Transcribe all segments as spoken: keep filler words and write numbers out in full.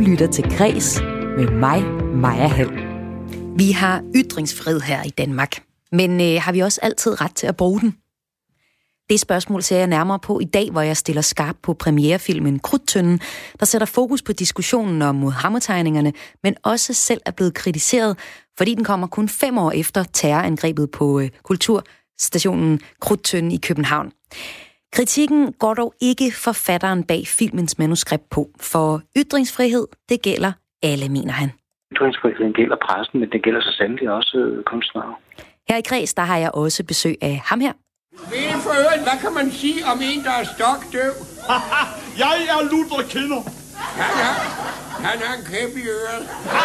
lytter til Græs med mig, Maja Hall. Vi har ytringsfrihed her i Danmark, men øh, har vi også altid ret til at bruge den? Det spørgsmål ser jeg nærmere på i dag, hvor jeg stiller skarp på premierefilmen Krudttønden, der sætter fokus på diskussionen om Muhammed-tegningerne, men også selv er blevet kritiseret, fordi den kommer kun fem år efter terrorangrebet på øh, kulturstationen Krudttønden i København. Kritikken går dog ikke forfatteren bag filmens manuskript på, for ytringsfrihed, det gælder alle, mener han. Ytringsfriheden gælder pressen, men det gælder så sandelig også øh, kunstnere. Her i Kreds, der har jeg også besøg af ham her. Ved for øvrigt, hvad kan man sige om en, der er stokdøv? Jeg er Luther Kinder. Han er, han er en kæp i øret.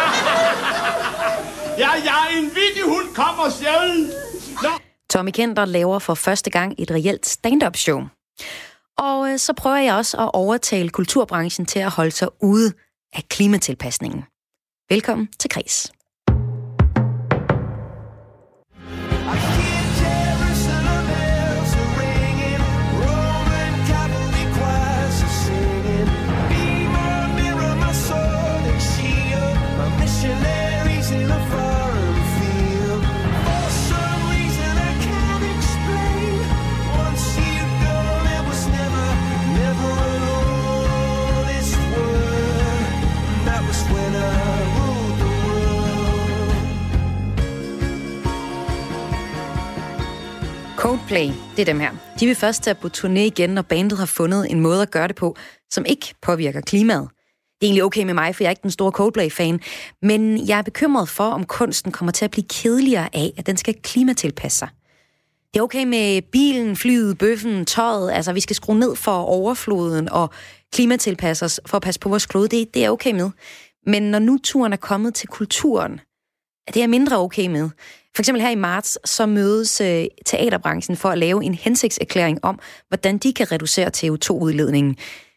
Ja, ja, en vittig hund kommer sjældent. Nå. Tommy Kenter laver for første gang et reelt stand-up show. Og øh, så prøver jeg også at overtale kulturbranchen til at holde sig ude af klimatilpasningen. Velkommen til Kreds. Coldplay, det er dem her. De vil først tage på turné igen, når bandet har fundet en måde at gøre det på, som ikke påvirker klimaet. Det er egentlig okay med mig, for jeg er ikke den store Coldplay-fan, men jeg er bekymret for, om kunsten kommer til at blive kedeligere af, at den skal klimatilpasse sig. Det er okay med bilen, flyet, bøffen, tøjet, altså vi skal skrue ned for overfloden og klimatilpasse os for at passe på vores klode, det, det er okay med. Men når nu turen er kommet til kulturen, er det er mindre okay med. For eksempel her i marts, så mødes øh, teaterbranchen for at lave en hensigtserklæring om, hvordan de kan reducere C O to udledningen.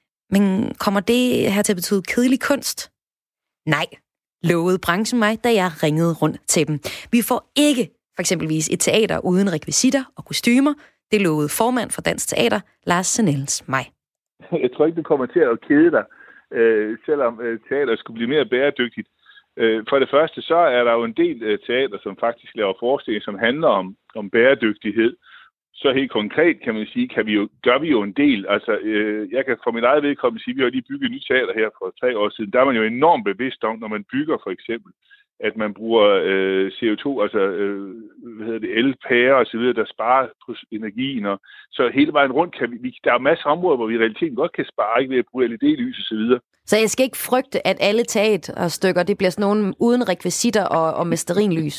Men kommer det her til at betyde kedelig kunst? Nej, lovede branchen mig, da jeg ringede rundt til dem. Vi får ikke for eksempelvis et teater uden rekvisitter og kostymer. Det lovede formand for Dansk Teater, Lars Senels mig. Jeg tror ikke, det kommer til at kede dig, øh, selvom øh, teater skulle blive mere bæredygtigt. For det første, så er der jo en del teater, som faktisk laver forestillinger, som handler om, om bæredygtighed. Så helt konkret kan man sige, kan vi jo, gør vi jo en del. Altså, øh, jeg kan for mit eget vedkommende sige, at vi har lige bygget et nyt teater her for tre år siden. Der er man jo enormt bevidst om, når man bygger for eksempel, at man bruger øh, C O to, altså øh, hvad hedder det, elpærer og så videre, der sparer på energien. Og så hele vejen rundt kan vi, vi, der er masser af områder, hvor vi i realiteten godt kan spare, ikke ved at bruge L E D-lys og så videre. Så jeg skal ikke frygte, at alle teaterstykker, det bliver sådan nogle uden rekvisitter og, og med stearinlys?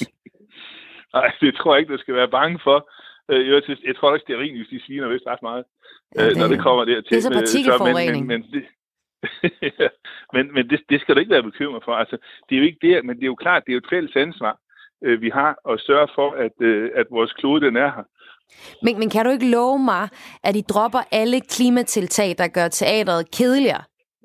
Nej, det tror jeg ikke, du skal være bange for. Jeg, jeg tror ikke, stearinlys, de sviner vist ret meget, ja, det, når det kommer dertil. Det er så partikelforurening. Men, men, men, det, men, men det, det skal du ikke være bekymret for. Altså, det er jo ikke det, men det er jo klart, det er jo et fælles ansvar, vi har at sørge for, at, at vores klode, den er her. Men, men kan du ikke love mig, at I dropper alle klimatiltag, der gør teateret kedeligere?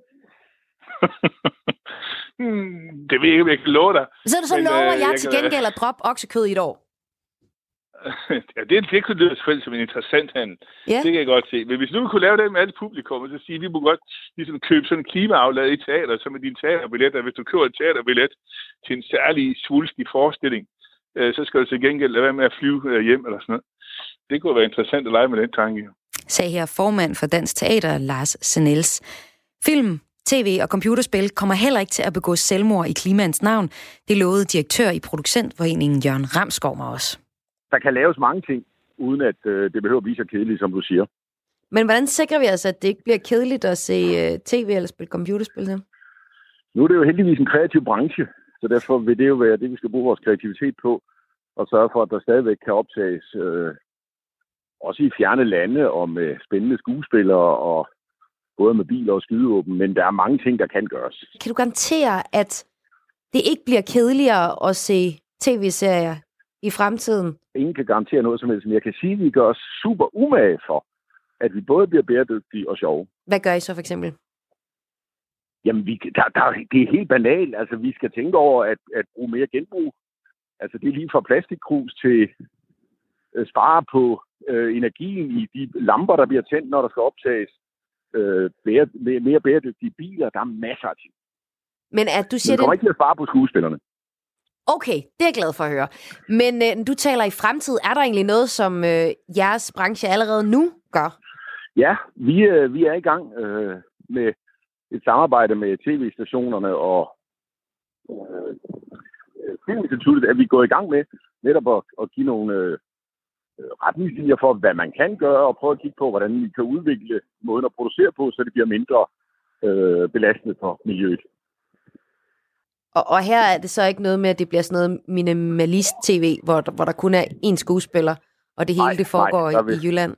Det ved jeg ikke, om jeg kan love dig. Så er det så men, lover øh, jeg, jeg til gengæld at droppe oksekød i et år? Ja, det, det kunne lyde selvfølgelig som en interessant handel. Yeah. Det kan jeg godt se. Men hvis nu vi kunne lave det med alle publikum, og så sige, at vi må godt ligesom købe sådan en klimaaflad i teater, som er din teaterbillet, og hvis du køber en teaterbillet til en særlig svulstig forestilling, øh, så skal du til gengæld lade være med at flyve øh, hjem eller sådan noget. Det kunne være interessant at lege med den tanke. Sagde her formand for Dansk Teater, Lars Senels. Film, tv og computerspil kommer heller ikke til at begå selvmord i klimaens navn. Det lovede direktør i Producentforeningen Jørgen Ramskov mig også. Der kan laves mange ting, uden at øh, det behøver at blive så kedeligt, som du siger. Men hvordan sikrer vi os, at det ikke bliver kedeligt at se øh, tv eller spille computerspil til? Nu er det jo heldigvis en kreativ branche, så derfor vil det jo være det, vi skal bruge vores kreativitet på, og sørge for, at der stadigvæk kan optages, øh, også i fjerne lande, og med spændende skuespillere, og både med biler og skydevåben, men der er mange ting, der kan gøres. Kan du garantere, at det ikke bliver kedeligere at se tv-serier i fremtiden? Ingen kan garantere noget som helst, men jeg kan sige, at vi gør os super umage for, at vi både bliver bæredygtige og sjove. Hvad gør I så for eksempel? Jamen, vi, der, der, det er helt banalt. Altså, vi skal tænke over at, at bruge mere genbrug. Altså, det er lige fra plastikkrus til øh, spare på øh, energien i de lamper, der bliver tændt, når der skal optages. Øh, bære, mere bæredygtige biler. Der er masser af ting. Men at du siger, det kommer ikke til at spare på skuespillerne. Okay, det er jeg glad for at høre. Men øh, du taler i fremtid. Er der egentlig noget, som øh, jeres branche allerede nu gør? Ja, vi, øh, vi er i gang øh, med et samarbejde med tv-stationerne og øh, Filminstituttet, at vi går i gang med netop at, at give nogle øh, retningslinjer for, hvad man kan gøre, og prøve at kigge på, hvordan vi kan udvikle måden at producere på, så det bliver mindre øh, belastende for miljøet. Og, og her er det så ikke noget med, at det bliver sådan noget minimalist-tv, hvor, hvor der kun er én skuespiller, og det hele nej, det foregår nej, vil, i Jylland?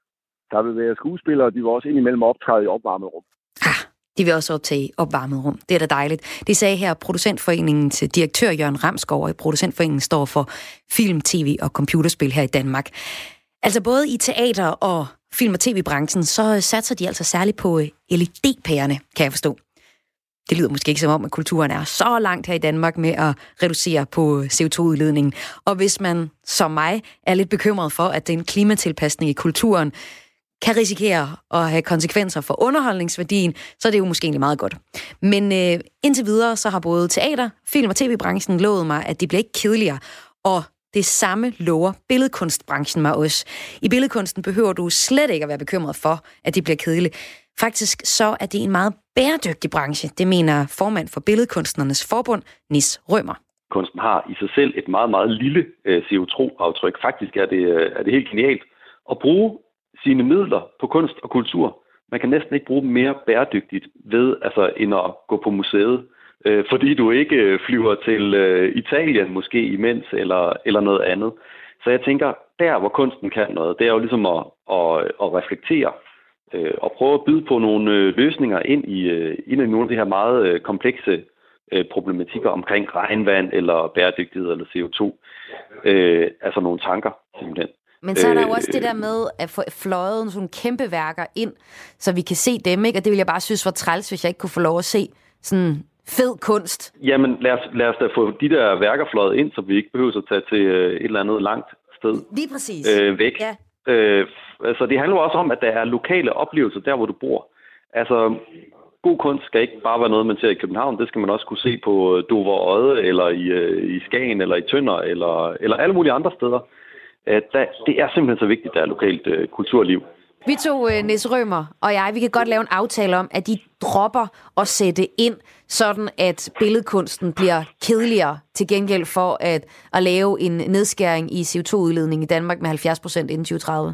Der vil være skuespillere, og de vil også indimellem optræde i opvarmet rum. Ah, de vil også optage i opvarmet rum. Det er da dejligt. Det sagde her Producentforeningens direktør Jørgen Ramsgaard, og Producentforeningen står for film, tv og computerspil her i Danmark. Altså både i teater og film- og tv-branchen, så satser de altså særligt på L E D-pærerne, kan jeg forstå. Det lyder måske ikke som om, at kulturen er så langt her i Danmark med at reducere på C O to udledningen. Og hvis man, som mig, er lidt bekymret for, at den klimatilpasning i kulturen kan risikere at have konsekvenser for underholdningsværdien, så er det jo måske egentlig meget godt. Men øh, indtil videre, så har både teater, film- og tv-branchen lovet mig, at det bliver ikke kedeligere. Og det samme lover billedkunstbranchen mig også. I billedkunsten behøver du slet ikke at være bekymret for, at det bliver kedeligt. Faktisk så er det en meget bæredygtig branche, det mener formand for Billedkunstnernes Forbund, Nis Rømer. Kunsten har i sig selv et meget, meget lille C O to aftryk. Faktisk er det, er det helt genialt at bruge sine midler på kunst og kultur. Man kan næsten ikke bruge dem mere bæredygtigt ved, altså, end at gå på museet. Øh, fordi du ikke flyver til øh, Italien måske imens, eller, eller noget andet. Så jeg tænker, der hvor kunsten kan noget, det er jo ligesom at, at, at reflektere øh, og prøve at byde på nogle øh, løsninger ind i, øh, ind i nogle af de her meget øh, komplekse øh, problematikker omkring regnvand, eller bæredygtighed, eller C O to. Øh, altså nogle tanker, simpelthen. Men så er der jo også det der med at få fløjet sådan nogle kæmpe værker ind, så vi kan se dem, ikke? Og det ville jeg bare synes var træls, hvis jeg ikke kunne få lov at se sådan fed kunst. Jamen, lad os, lad os da få de der værker fløjet ind, så vi ikke behøver at tage til øh, et eller andet langt sted. Lige præcis. Øh, væk. Ja. Øh, altså, det handler også om, at der er lokale oplevelser der, hvor du bor. Altså, god kunst skal ikke bare være noget, man ser i København. Det skal man også kunne se på Dover Odde, eller i, øh, i Skagen, eller i Tønder, eller, eller alle mulige andre steder. Øh, der, det er simpelthen så vigtigt, at der er lokalt øh, kulturliv. Vi to, uh, Nis Rømer og jeg, vi kan godt lave en aftale om, at de dropper at sætte ind, sådan at billedkunsten bliver kedeligere til gengæld for at, at lave en nedskæring i C O to udledning i Danmark med halvfjerds procent inden tyve tredive.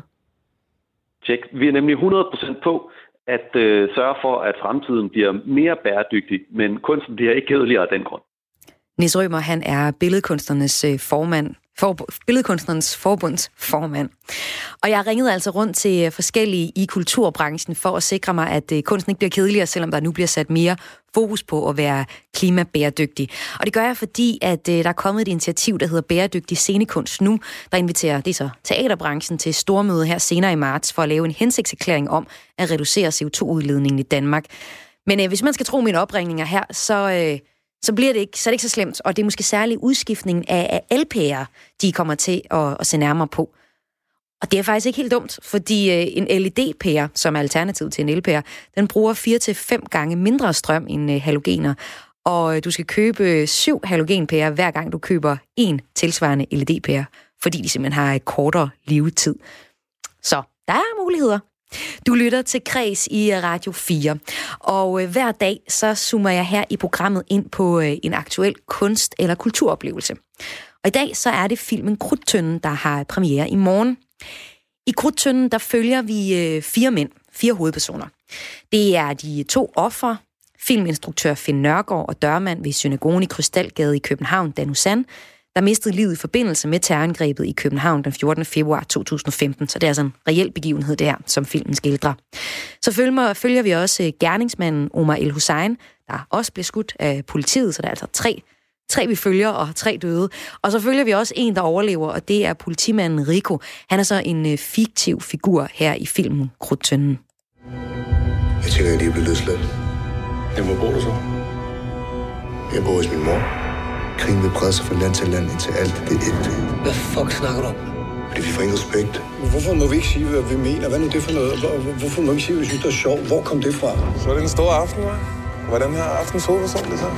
Tjek. Vi er nemlig hundrede procent på at øh, sørge for, at fremtiden bliver mere bæredygtig, men kunsten bliver ikke kedeligere af den grund. Nis Rømer, han er billedkunstnernes øh, formand. For, Billedkunstnernes Forbunds formand. Og jeg ringede altså rundt til forskellige i kulturbranchen for at sikre mig, at uh, kunsten ikke bliver kedeligere, selvom der nu bliver sat mere fokus på at være klimabæredygtig. Og det gør jeg, fordi at uh, der er kommet et initiativ, der hedder Bæredygtig Scenekunst nu, der inviterer det så teaterbranchen til stormøde her senere i marts for at lave en hensigtserklæring om at reducere C O to udledningen i Danmark. Men uh, hvis man skal tro mine opringninger her, så... Uh, så bliver det ikke, så er det ikke så slemt, og det er måske særligt udskiftningen af, af L P'er, de kommer til at, at se nærmere på. Og det er faktisk ikke helt dumt, fordi øh, en L E D-pære, som er alternativ til en el-pære, den bruger fire til fem gange mindre strøm end øh, halogener, og øh, du skal købe syv halogenpærer, hver gang du køber en tilsvarende L E D-pære, fordi de simpelthen har kortere levetid. Så der er muligheder. Du lytter til Kreds i Radio fire, og øh, hver dag så zoomer jeg her i programmet ind på øh, en aktuel kunst- eller kulturoplevelse. Og i dag så er det filmen Krudttønden, der har premiere i morgen. I Krudttønden der følger vi øh, fire mænd, fire hovedpersoner. Det er de to ofre, filminstruktør Finn Nørgaard og dørmand ved synagogen i Krystalgade i København, Dan Uzan, der mistede livet i forbindelse med terrorangrebet i København den fjortende februar to tusind og femten. Så det er altså en reel begivenhed der, som filmen skildrer. Så følger vi også gerningsmanden Omar El Hussein, der også blev skudt af politiet, så der er altså tre, tre vi følger og tre døde. Og så følger vi også en, der overlever, og det er politimanden Rico. Han er så en fiktiv figur her i filmen Krudttønden. Jeg tænker, at de er blevet løsladt. Ja, hvor bor du så? Jeg bor hos min mor. Krigen vil brede sig fra land til land, indtil alt det er et. Hvad fuck snakker du om? Fordi vi får ingen respekt. Hvorfor må vi ikke sige, hvad vi mener? Hvad nu det for noget? Hvorfor må vi ikke sige, hvad vi synes, det er sjovt? Hvor kom det fra? Så er det en stor aften, hva'? Hvordan har aftens hovedperson det så?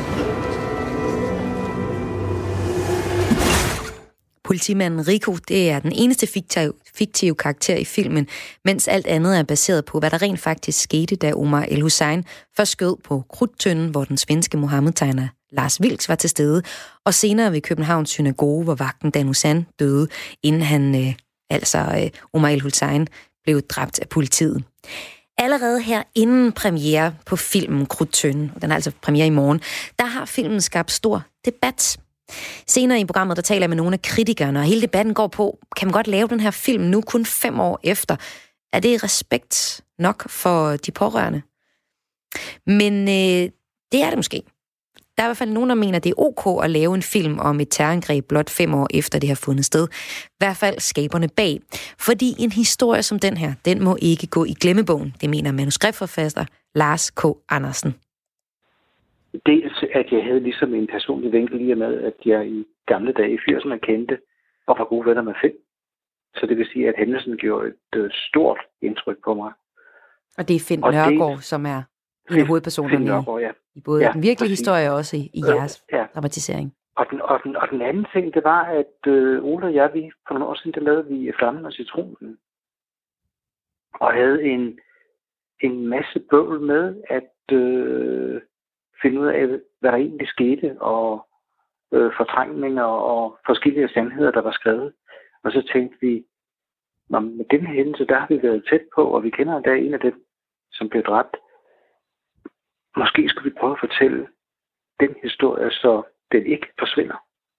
Politimanden Rico, det er den eneste fiktive, fiktive karakter i filmen, mens alt andet er baseret på, hvad der rent faktisk skete, da Omar El-Hussein først skød på Krudttønden, hvor den svenske Mohammed-tegner Lars Vilks var til stede, og senere ved Københavns synagoge, hvor vagten Dan Uzan døde, inden han, øh, altså øh, Omar El-Hussein, blev dræbt af politiet. Allerede her inden premiere på filmen Krudttønden, den har altså premiere i morgen, der har filmen skabt stor debat. Senere i programmet, der taler jeg med nogle af kritikerne, og hele debatten går på, kan man godt lave den her film nu kun fem år efter? Er det respekt nok for de pårørende? Men øh, det er det måske. Der er i hvert fald nogen, der mener, at det er ok at lave en film om et terrorangreb blot fem år efter det har fundet sted. I hvert fald skaberne bag. Fordi en historie som den her, den må ikke gå i glemmebogen. Det mener manuskriptforfatter Lars K. Andersen. Dels, at jeg havde ligesom en personlig vinkel i og med, at jeg i gamle dage i firserne kendte og var gode venner med Finn. Så det vil sige, at hændelsen gjorde et øh, stort indtryk på mig. Og det er Finn Nørgaard, det, som er en af hovedpersonerne Nørgaard, ja. i både ja, den virkelige præcis. historie og også i, i jeres ja. dramatisering. Og den, og, den, og den anden ting, det var, at øh, Ole og jeg, vi, for nogle år siden, der lavede vi Flammen og Citronen. Og havde en, en masse bøvl med at øh, finde ud af, hvad der egentlig skete, og øh, fortrængninger og forskellige sandheder, der var skrevet. Og så tænkte vi, med den her hændelse, der har vi været tæt på, og vi kender endda en af dem, som blev dræbt. Måske skulle vi prøve at fortælle den historie, så den ikke forsvinder.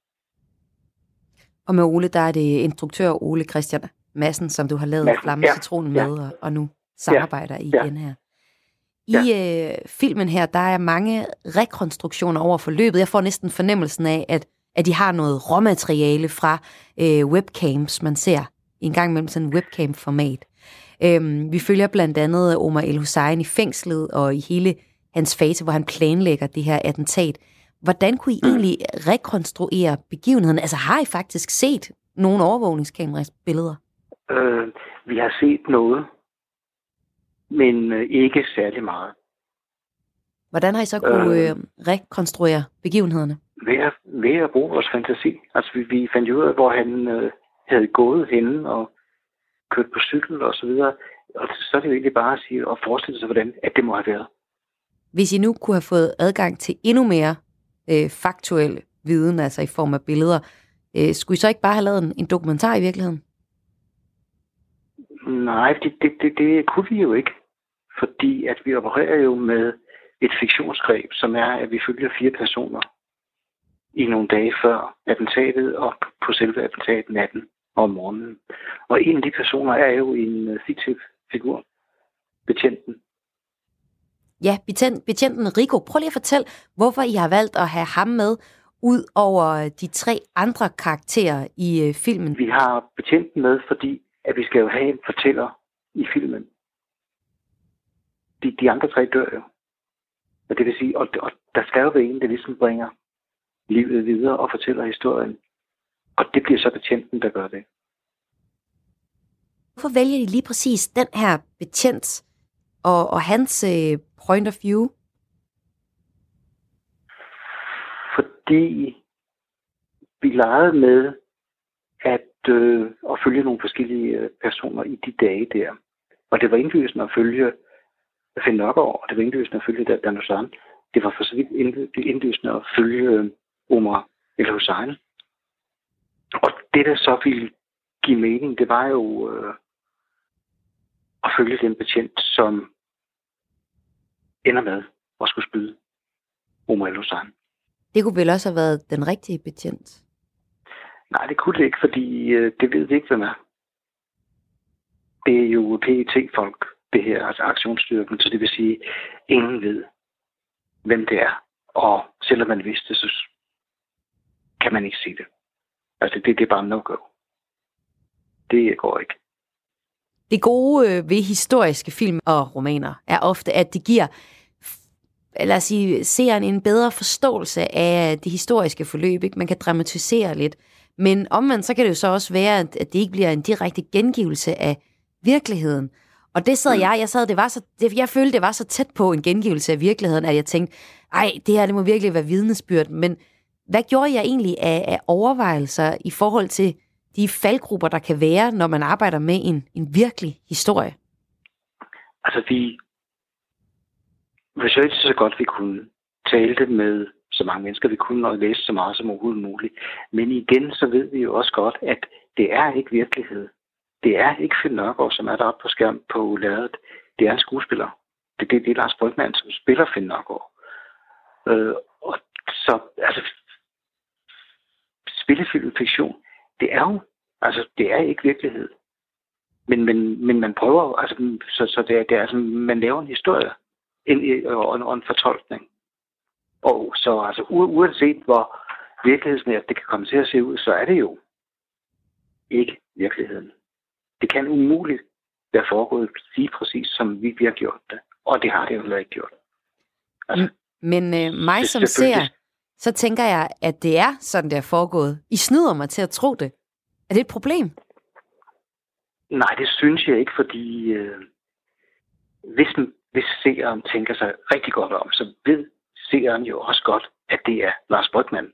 Og med Ole, der er det instruktør Ole Christian Madsen, som du har lavet Flamme ja, Citronen ja. med, og, og nu samarbejder I ja, igen her. I ja. øh, filmen her, der er mange rekonstruktioner over forløbet. Jeg får næsten fornemmelsen af, at, at de har noget råmateriale fra øh, webcams, man ser en gang imellem sådan en webcam-format. Øhm, vi følger blandt andet Omar El-Hussein i fængslet og i hele hans fase, hvor han planlægger det her attentat. Hvordan kunne I egentlig rekonstruere begivenheden? Altså har I faktisk set nogle overvågningskameras billeder? Øh, vi har set noget, men øh, ikke særlig meget. Hvordan har I så kunne øh, rekonstruere begivenhederne? Ved at, ved at bruge vores fantasi. Altså vi, vi fandt ud af, hvor han øh, havde gået henne og kørt på cykel og så videre. Og så er det jo egentlig bare at sige og forestille sig, hvordan at det må have været. Hvis I nu kunne have fået adgang til endnu mere øh, faktuel viden, altså i form af billeder, øh, skulle I så ikke bare have lavet en, en dokumentar i virkeligheden? Nej, det, det, det, det kunne vi jo ikke. Fordi at vi opererer jo med et fiktionsgreb, som er, at vi følger fire personer i nogle dage før attentatet og på selve attentatet natten og om morgenen. Og en af de personer er jo en fiktiv figur, betjenten. Ja, betjent, betjenten Rico. Prøv lige at fortælle, hvorfor I har valgt at have ham med ud over de tre andre karakterer i øh, filmen. Vi har betjenten med, fordi at vi skal jo have en fortæller i filmen. De, de andre tre dør jo. Og det vil sige, og, og der skal jo være en, der ligesom bringer livet videre og fortæller historien. Og det bliver så betjenten, der gør det. Hvorfor vælger de lige præcis den her betjent og, og hans øh, point of view? Fordi vi legede med at, øh, at følge nogle forskellige øh, personer i de dage der. Og det var indlysende at følge Finn Nørgaard, og det var indlysende at følge Dan Uzan. Det var for så vidt indlysende at følge øh, Omar El-Hussein. Og det, der så ville give mening, det var jo øh, at følge den betjent, som ender med at skulle skyde Omar El-Hussein. Det kunne vel også have været den rigtige betjent? Nej, det kunne det ikke, fordi øh, det ved vi ikke, hvem er. Det er jo P E T-folk, det her, altså aktionsstyrken, så det vil sige, ingen ved, hvem det er. Og selvom man vidste, så kan man ikke se det. Altså, det, det er bare no-go. Det går ikke. Det gode ved historiske film og romaner er ofte, at det giver lad os sige, seeren en bedre forståelse af det historiske forløb. Ikke? Man kan dramatisere lidt. Men omvendt, så kan det jo så også være, at det ikke bliver en direkte gengivelse af virkeligheden. Og Og det sad jeg, jeg sad, det var så, det, jeg følte, det var så tæt på en gengivelse af virkeligheden, at jeg tænkte, ej, det her, det må virkelig være vidnesbyrd. Men hvad gjorde jeg egentlig af, af overvejelser i forhold til de faldgrupper, der kan være, når man arbejder med en, en virkelig historie? Altså, vi forsøgte så godt, vi kunne tale det med så mange mennesker, vi kunne, og læse så meget som overhovedet muligt. Men igen, så ved vi jo også godt, at det er ikke virkelighed. Det er ikke Finn Nørgaard, som er deroppe på skærm på lærredet. Det er en skuespiller. Det, det, det er Lars Brygmann, som spiller Finn Nørgaard. Øh, og så, altså, spillefilm, fiktion, det er jo, altså, det er ikke virkelighed. Men, men, men man prøver, altså, så, så det er, det er altså, man laver en historie en, og, en, og en fortolkning. Og så, altså, uanset hvor virkelighedsnært det kan komme til at se ud, så er det jo ikke virkeligheden. Det kan umuligt være foregået lige præcis, som vi, vi har gjort det. Og det har det jo heller ikke gjort. Altså, Men øh, mig som ser, så tænker jeg, at det er sådan, det er foregået. I snyder mig til at tro det. Er det et problem? Nej, det synes jeg ikke, fordi øh, hvis, hvis seeren tænker sig rigtig godt om, så ved seeren jo også godt, at det er Lars Brygmann.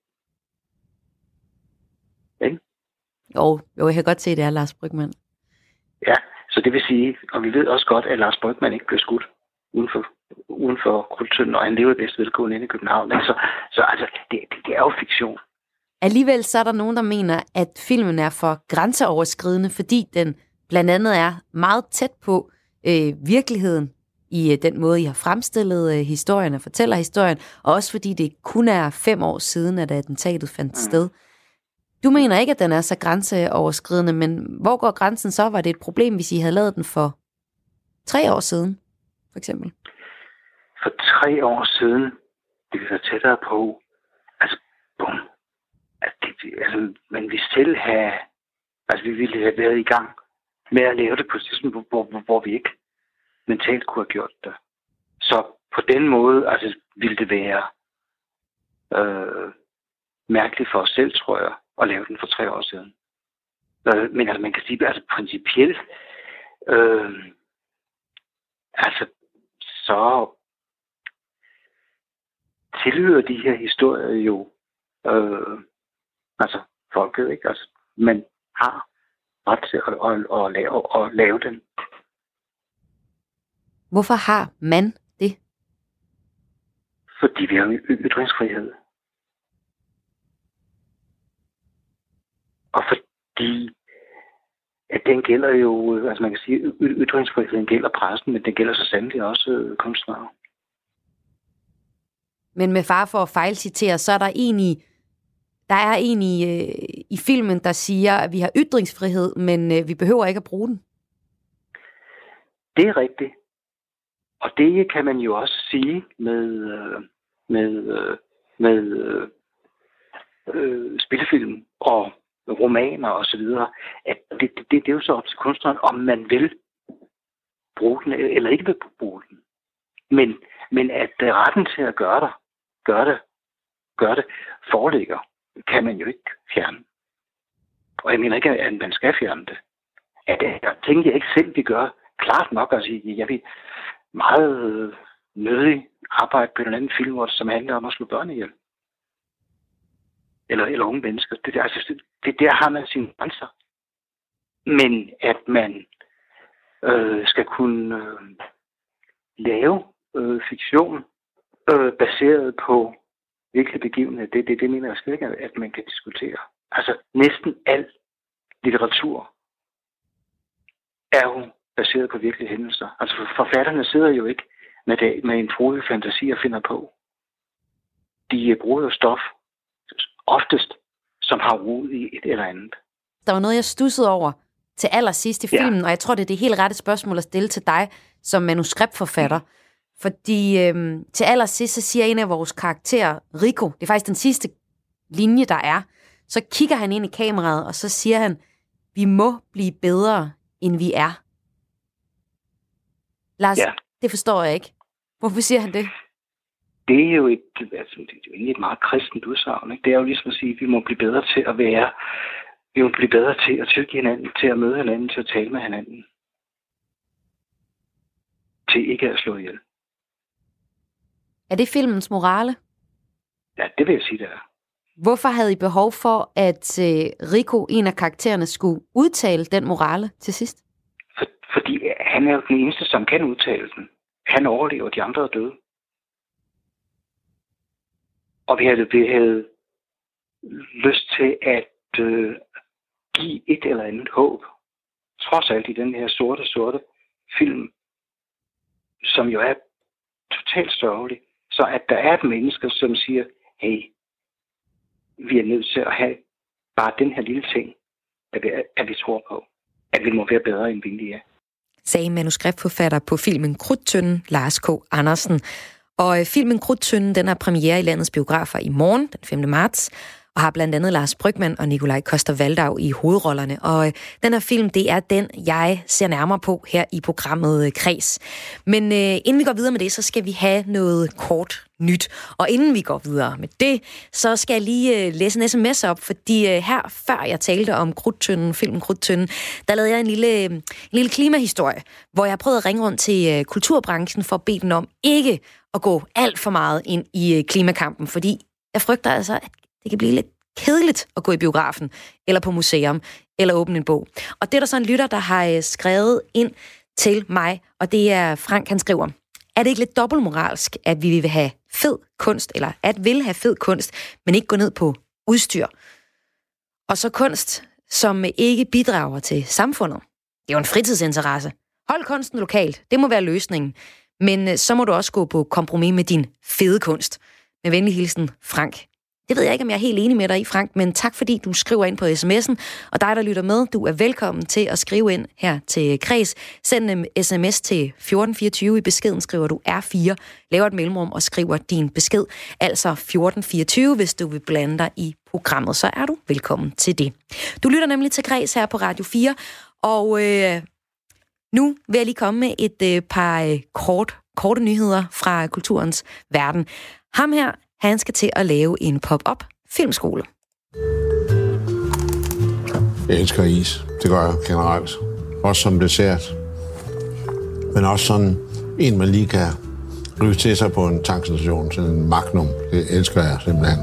Ikke? Jo, jo, jeg kan godt se, at det er Lars Brygmann. Ja, så det vil sige, og vi ved også godt, at Lars Brygmann ikke blev skudt uden for, uden for Krudttønden, og han lever bedst velgående inde i København. Så, så altså, det, det, det er jo fiktion. Alligevel så er der nogen, der mener, at filmen er for grænseoverskridende, fordi den blandt andet er meget tæt på øh, virkeligheden i øh, den måde, I har fremstillet øh, historien og fortæller historien, og også fordi det kun er fem år siden, at attentatet fandt mm. sted. Du mener ikke, at den er så grænseoverskridende, men hvor går grænsen så? Var det et problem, hvis I havde lavet den for tre år siden, for eksempel? For tre år siden, det vi var tættere på, altså, bum, altså, det, altså man ville selv have, altså vi ville have været i gang med at lave det på et tidspunkt, hvor, hvor, hvor vi ikke mentalt kunne have gjort det. Så på den måde, altså, ville det være øh, mærkeligt for os selv, tror jeg, at lave den for tre år siden. Øh, men altså, man kan sige, altså principielt, øh, altså, så tilhører de her historier jo, øh, altså, folket, ikke? Altså, man har ret til at, at, at, lave, at lave den. Hvorfor har man det? Fordi vi har ytringsfrihed. Og fordi, at den gælder jo, altså man kan sige, ytringsfriheden gælder pressen, men den gælder så sandelig også øh, kunstnere. Men med far for at fejlcitere, så er der en i, der er en i, øh, i filmen, der siger, at vi har ytringsfrihed, men øh, vi behøver ikke at bruge den. Det er rigtigt. Og det kan man jo også sige med, øh, med, øh, med øh, øh, spillefilm og romaner og så videre, at det, det, det er jo så op til kunstneren, om man vil bruge den, eller ikke vil bruge den. Men, men at retten til at gøre det, gøre det, gøre det, foreligger, kan man jo ikke fjerne. Og jeg mener ikke, at man skal fjerne det. At jeg tænker jeg ikke selv, vi gør klart nok at sige, jeg vil meget nødig arbejde på en anden film, som handler om at slå børn ihjel. Eller, eller unge mennesker. Det, altså, det, det der har man sine grænser. Men at man øh, skal kunne øh, lave øh, fiktion øh, baseret på virkelig begivenhed, det, det, det mener jeg slet ikke, at man kan diskutere. Altså næsten al litteratur er jo baseret på virkelige hændelser. Altså forfatterne sidder jo ikke med, det, med en frodig fantasi og finder på. De bruger jo stof oftest, som har rod i et eller andet. Der var noget, jeg stussede over til allersidst i filmen, ja. Og jeg tror, det er det helt rette spørgsmål at stille til dig som manuskriptforfatter. Mm. Fordi øhm, til allersidst, så siger en af vores karakterer, Rico, det er faktisk den sidste linje, der er, så kigger han ind i kameraet, og så siger han, vi må blive bedre, end vi er. Lars, ja. Det forstår jeg ikke. Hvorfor siger han det? Det er jo et, altså, det er jo egentlig et meget kristent udsagn, ikke? Det er jo ligesom at sige, at vi må blive bedre til at være, vi må blive bedre til at tilgive hinanden, til at møde hinanden, til at tale med hinanden. til ikke at slå ihjel. Er det filmens morale? Ja, det vil jeg sige, det er. Hvorfor havde I behov for, at øh, Rico, en af karaktererne, skulle udtale den morale til sidst? For, fordi han er jo den eneste, som kan udtale den. Han overlever, de andre er døde. Og vi havde, vi havde lyst til at øh, give et eller andet håb. Trods alt i den her sorte, sorte film, som jo er totalt sørgelig. Så at der er et menneske, som siger, hey, vi er nødt til at have bare den her lille ting, at vi, at vi tror på, at vi må være bedre, end vi er. Sagde manuskriptforfatter på filmen Krudttønden, Lars K. Andersen. Og filmen Krudttønden, den har premiere i landets biografer i morgen, den femte marts, og har blandt andet Lars Brygmann og Nikolaj Coster-Waldau i hovedrollerne. Og den her film, det er den, jeg ser nærmere på her i programmet Kreds. Men øh, inden vi går videre med det, så skal vi have noget kort nyt. Og inden vi går videre med det, så skal jeg lige øh, læse en sms op, fordi øh, her, før jeg talte om Krudttønden, filmen Krudttønden, der lavede jeg en lille, en lille klimahistorie, hvor jeg prøvede at ringe rundt til øh, kulturbranchen for at bede den om ikke at gå alt for meget ind i øh, klimakampen, fordi jeg frygter altså, at det kan blive lidt kedeligt at gå i biografen, eller på museum, eller åbne en bog. Og det er der så en lytter, der har skrevet ind til mig, og det er Frank, han skriver, er det ikke lidt dobbeltmoralsk, at vi vil have fed kunst, eller at vil have fed kunst, men ikke gå ned på udstyr? Og så kunst, som ikke bidrager til samfundet. Det er jo en fritidsinteresse. Hold kunsten lokalt, det må være løsningen. Men så må du også gå på kompromis med din fede kunst. Med venlig hilsen, Frank. Det ved jeg ikke, om jeg er helt enig med dig i, Frank, men tak fordi du skriver ind på sms'en. Og dig, der lytter med, du er velkommen til at skrive ind her til Kreds. Send en sms til fjorten fireogtyve. I beskeden skriver du R fire, laver et mellemrum og skriver din besked. Altså fjorten fireogtyve, hvis du vil blande dig i programmet, så er du velkommen til det. Du lytter nemlig til Kreds her på Radio fire, og øh, nu vil jeg lige komme med et øh, par øh, kort, korte nyheder fra kulturens verden. Ham her, han skal til at lave en pop-up filmskole. Jeg elsker is. Det gør jeg generelt. Også som dessert. Men også sådan en, man lige kan ryge til sig på en tankstation. Sådan en Magnum. Det elsker jeg simpelthen.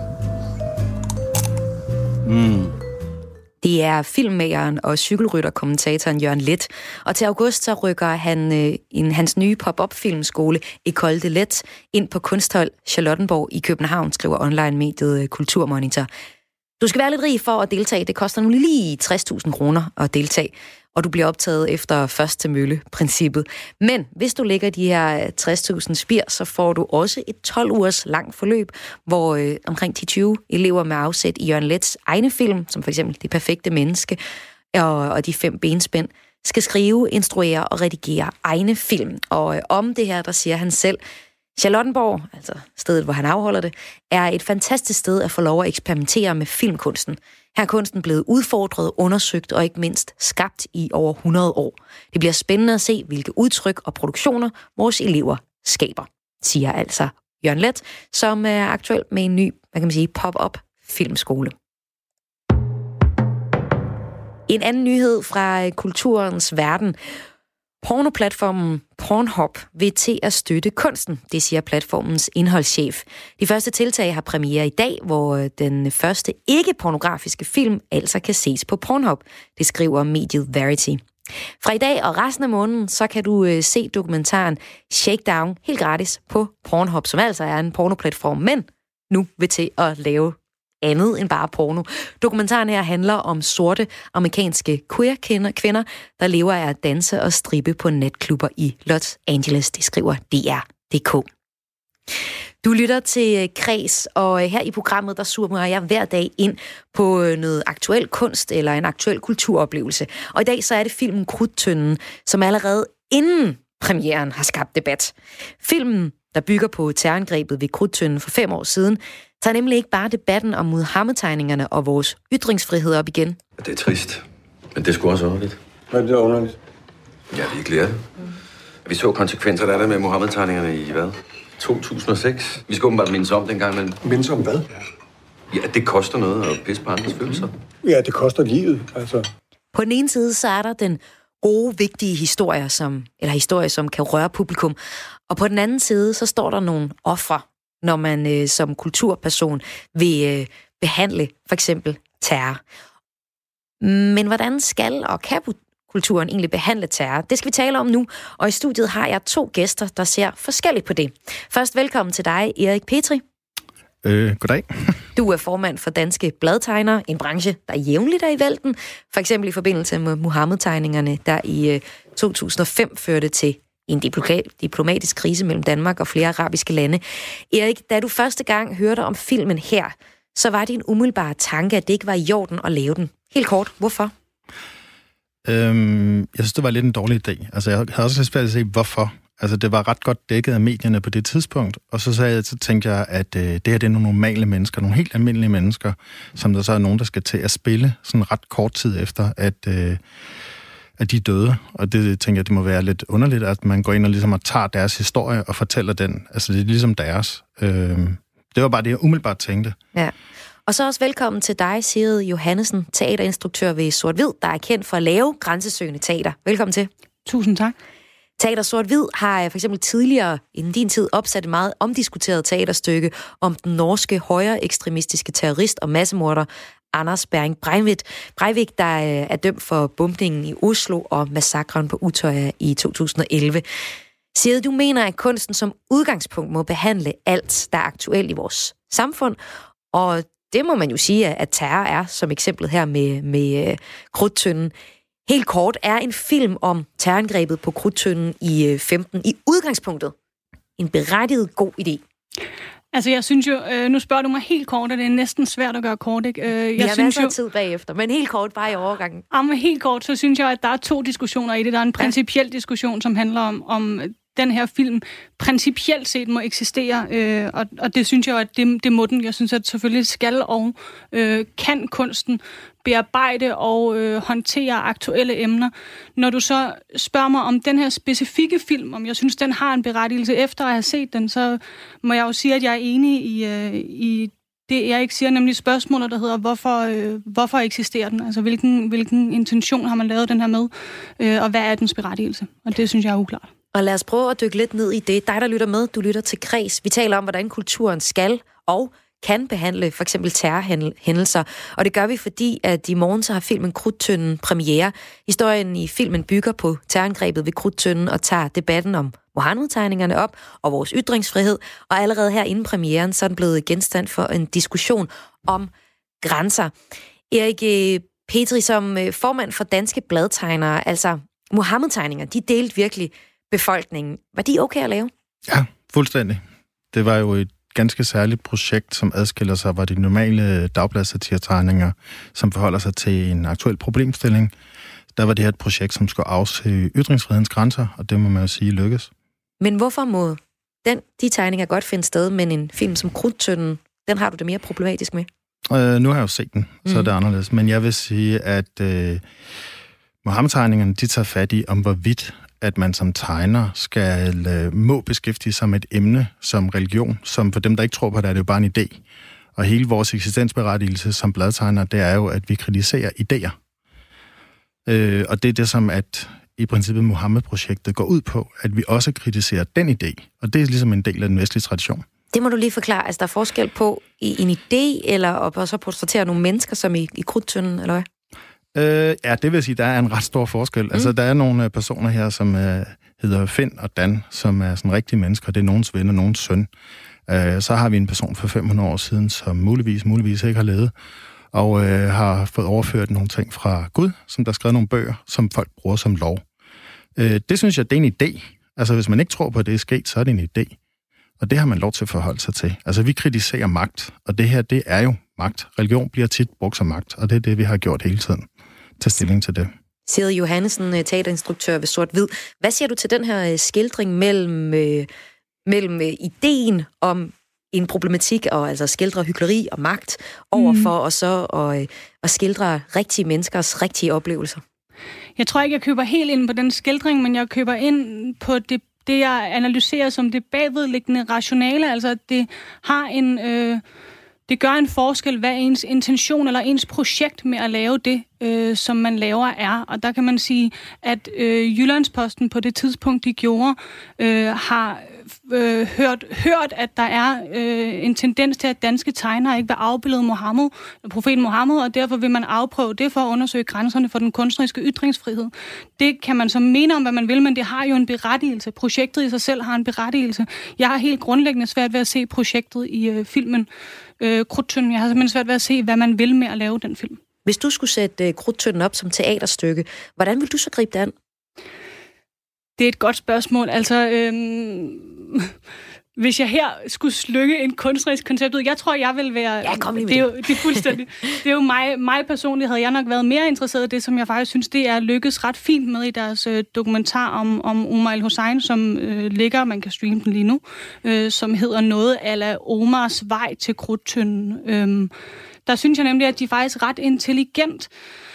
Mm. Det er filmmageren og cykelrytterkommentatoren Jørgen Leth. Og til august så rykker han øh, en, hans nye pop-up filmskole École de Let ind på Kunsthold Charlottenborg i København, skriver online-mediet Kulturmonitor. Du skal være lidt rig for at deltage. Det koster nu lige tres tusind kroner at deltage, og du bliver optaget efter først til mølle-princippet. Men hvis du lægger de her tres tusind spir, så får du også et tolv ugers langt forløb, hvor øh, omkring ti til tyve elever med afsæt i Jørgen Leths egne film, som for eksempel Det perfekte menneske og, og De fem benspænd, skal skrive, instruere og redigere egne film. Og øh, om det her, der siger han selv, Charlottenborg, altså stedet, hvor han afholder det, er et fantastisk sted at få lov at eksperimentere med filmkunsten. Her er kunsten blevet udfordret, undersøgt og ikke mindst skabt i over hundrede år. Det bliver spændende at se, hvilke udtryk og produktioner vores elever skaber, siger altså Jørgen Leth, som er aktuel med en ny, hvad kan man sige, pop-up filmskole. En anden nyhed fra kulturens verden. Pornoplatformen Pornhub vil til at støtte kunsten, det siger platformens indholdschef. De første tiltag har premiere i dag, hvor den første ikke-pornografiske film altså kan ses på Pornhub, det skriver mediet Verity. Fra i dag og resten af måneden, så kan du se dokumentaren Shakedown helt gratis på Pornhub, som altså er en pornoplatform, men nu vil til at lave andet end bare porno. Dokumentaren her handler om sorte amerikanske queer-kvinder, der lever af at danse og strippe på natklubber i Los Angeles, det skriver D R punktum d k. Du lytter til Kreds, og her i programmet, der zoomer jeg hver dag ind på noget aktuel kunst eller en aktuel kulturoplevelse. Og i dag så er det filmen Krudttønden, som allerede inden premieren har skabt debat. Filmen, der bygger på terrorangrebet ved Krudttønden for fem år siden, tager nemlig ikke bare debatten om Muhammed-tegningerne og vores ytringsfrihed op igen. Det er trist, men det er sgu også underligt. Hvad er det underligt? Ja, vi ikke lærer det. Vi så konsekvenser, der er der med Muhammed-tegningerne i hvad? to tusind og seks. Vi skal åbenbart mindes om dengang, men... Mindes om hvad? Ja, det koster noget at pisse på andres følelser. Ja, det koster livet, altså. På den ene side, så er der den gode, vigtige historier, som, eller historier, som kan røre publikum. Og på den anden side, så står der nogle ofre, når man øh, som kulturperson vil øh, behandle for eksempel terror. Men hvordan skal og kan kulturen egentlig behandle terror? Det skal vi tale om nu, og i studiet har jeg to gæster, der ser forskelligt på det. Først velkommen til dig, Erik Petri. Øh, goddag. Du er formand for Danske Bladtegnere, en branche, der jævnligt er i vælten, for eksempel i forbindelse med Muhammed-tegningerne, der i øh, to tusind og fem førte til en diplomatisk krise mellem Danmark og flere arabiske lande. Erik, da du første gang hørte om filmen her, så var din umiddelbare tanke, at det ikke var i orden at lave den. Helt kort, hvorfor? Øhm, jeg synes, det var lidt en dårlig idé. Altså, jeg havde også lidt svært at se, hvorfor. Altså, det var ret godt dækket af medierne på det tidspunkt, og så, sagde jeg, så tænkte jeg, at øh, det her det er nogle normale mennesker, nogle helt almindelige mennesker, som der så er nogen, der skal til at spille sådan ret kort tid efter, at, øh, at de er døde. Og det tænker jeg, det må være lidt underligt, at man går ind og ligesom og tager deres historie og fortæller den. Altså, det er ligesom deres. Øh, det var bare det, jeg umiddelbart tænkte. Ja. Og så også velkommen til dig, Sigrid Johannesen, teaterinstruktør ved Sort-Hvid, der er kendt for at lave grænsesøgende teater. Velkommen til. Tusind tak. Teater Sort-Hvid har for eksempel tidligere, inden din tid, opsat et meget omdiskuteret teaterstykke om den norske højre ekstremistiske terrorist og massemorder Anders Behring Breivik, der er dømt for bombningen i Oslo og massakren på Utøya i to tusind og elleve. Sigrid, du mener, at kunsten som udgangspunkt må behandle alt, der er aktuelt i vores samfund, og det må man jo sige, at terror er, som eksemplet her med, med uh, Krudttønden. Helt kort, er en film om terrorangrebet på Krudttønden i uh, femten i udgangspunktet en berettiget god idé? Altså, jeg synes jo, øh, nu spørger du mig helt kort, og det er næsten svært at gøre kort, ikke? Øh, jeg Vi har synes masser jo, af tid bagefter, men helt kort bare i overgangen. Ja, men helt kort, så synes jeg, at der er to diskussioner i det. Der er en principiel diskussion, som handler om, om den her film principielt set må eksistere, øh, og, og det synes jeg, at det, det må den. Jeg synes, at selvfølgelig skal og øh, kan kunsten bearbejde og øh, håndtere aktuelle emner. Når du så spørger mig om den her specifikke film, om jeg synes, den har en berettigelse efter at have set den, så må jeg jo sige, at jeg er enig i, øh, i det, jeg ikke siger, nemlig spørgsmålet, der hedder, hvorfor, øh, hvorfor eksisterer den? Altså, hvilken, hvilken intention har man lavet den her med, øh, og hvad er dens berettigelse? Og det synes jeg er uklart. Og lad os prøve at dykke lidt ned i det. Dig, der lytter med, du lytter til Kreds. Vi taler om, hvordan kulturen skal og kan behandle for eksempel terrorhændelser. Og det gør vi, fordi at i morgen så har filmen Krudttønden premiere. Historien i filmen bygger på terrorangrebet ved Krudttønden og tager debatten om Muhammed-tegningerne op og vores ytringsfrihed. Og allerede her inden premieren, så er den blevet genstand for en diskussion om grænser. Erik Petri, som formand for Danske Bladtegnere, altså Muhammed-tegninger, de delte virkelig befolkningen. Var de okay at lave? Ja, fuldstændig. Det var jo et ganske særligt projekt, som adskiller sig fra de normale dagbladssatiretegninger, som forholder sig til en aktuel problemstilling. Der var det her et projekt, som skulle afsøge ytringsfrihedens grænser, og det må man jo sige lykkes. Men hvorfor må den, de tegninger godt finde sted, men en film som Krudttønden, den har du det mere problematisk med? Øh, nu har jeg jo set den, så mm. er det anderledes. Men jeg vil sige, at øh, Muhammed-tegningerne, de tager fat i, om hvorvidt at man som tegner skal øh, må beskæftige sig med et emne som religion, som for dem, der ikke tror på det, er det jo bare en idé. Og hele vores eksistensberettigelse som bladtegner, det er jo, at vi kritiserer idéer. Øh, og det er det, som at i princippet Muhammed-projektet går ud på, at vi også kritiserer den idé. Og det er ligesom en del af den vestlige tradition. Det må du lige forklare. Altså, der er forskel på i en idé, eller at så portrættere nogle mennesker, som i, i Krudttønden, eller hvad? Øh, ja, det vil sige, der er en ret stor forskel. Mm. Altså, der er nogle personer her, som øh, hedder Finn og Dan, som er sådan rigtige mennesker. Det er nogens ven og nogens søn. Øh, så har vi en person for fem hundrede år siden, som muligvis, muligvis ikke har levet, og øh, har fået overført nogle ting fra Gud, som der har skrevet nogle bøger, som folk bruger som lov. Øh, det synes jeg, det er en idé. Altså, hvis man ikke tror på, at det er sket, så er det en idé. Og det har man lov til at forholde sig til. Altså, vi kritiserer magt, og det her, det er jo magt. Religion bliver tit brugt som magt, og det er det, vi har gjort hele tiden. Tag stilling til det. Sigrid Johannesen, teaterinstruktør ved Sort-Hvid. Hvad siger du til den her skildring mellem, øh, mellem øh, ideen om en problematik, og altså skildre hykleri og magt, overfor mm. og så og, øh, at skildre rigtige menneskers rigtige oplevelser? Jeg tror ikke, jeg køber helt ind på den skildring, men jeg køber ind på det, det jeg analyserer som det bagvedliggende rationale, altså at det har en... Øh, det gør en forskel, hvad ens intention eller ens projekt med at lave det, øh, som man laver, er. Og der kan man sige, at øh, Jyllandsposten på det tidspunkt, de gjorde, øh, har øh, hørt, hørt, at der er øh, en tendens til, at danske tegnere ikke vil afbillede Mohammed, profeten Mohammed, og derfor vil man afprøve det for at undersøge grænserne for den kunstneriske ytringsfrihed. Det kan man så mene om, hvad man vil, men det har jo en berettigelse. Projektet i sig selv har en berettigelse. Jeg har helt grundlæggende svært ved at se projektet i øh, filmen øh, Krudttønden. Jeg har simpelthen svært ved at se, hvad man vil med at lave den film. Hvis du skulle sætte øh, Krudttønden op som teaterstykke, hvordan vil du så gribe det an? Det er et godt spørgsmål. Altså, øhm, hvis jeg her skulle slukke en kunstnerisk koncept ud, jeg tror, jeg vil være... Ja, kom lige med det. Er jo, det er fuldstændig... det er jo mig, mig personligt, havde jeg nok været mere interesseret i det, som jeg faktisk synes, det er lykkedes ret fint med i deres øh, dokumentar om, om Omar el-Hussein, som øh, ligger, man kan streame den lige nu, øh, som hedder noget a la Omars vej til Krudttønden. Øhm, der synes jeg nemlig, at de faktisk ret intelligent...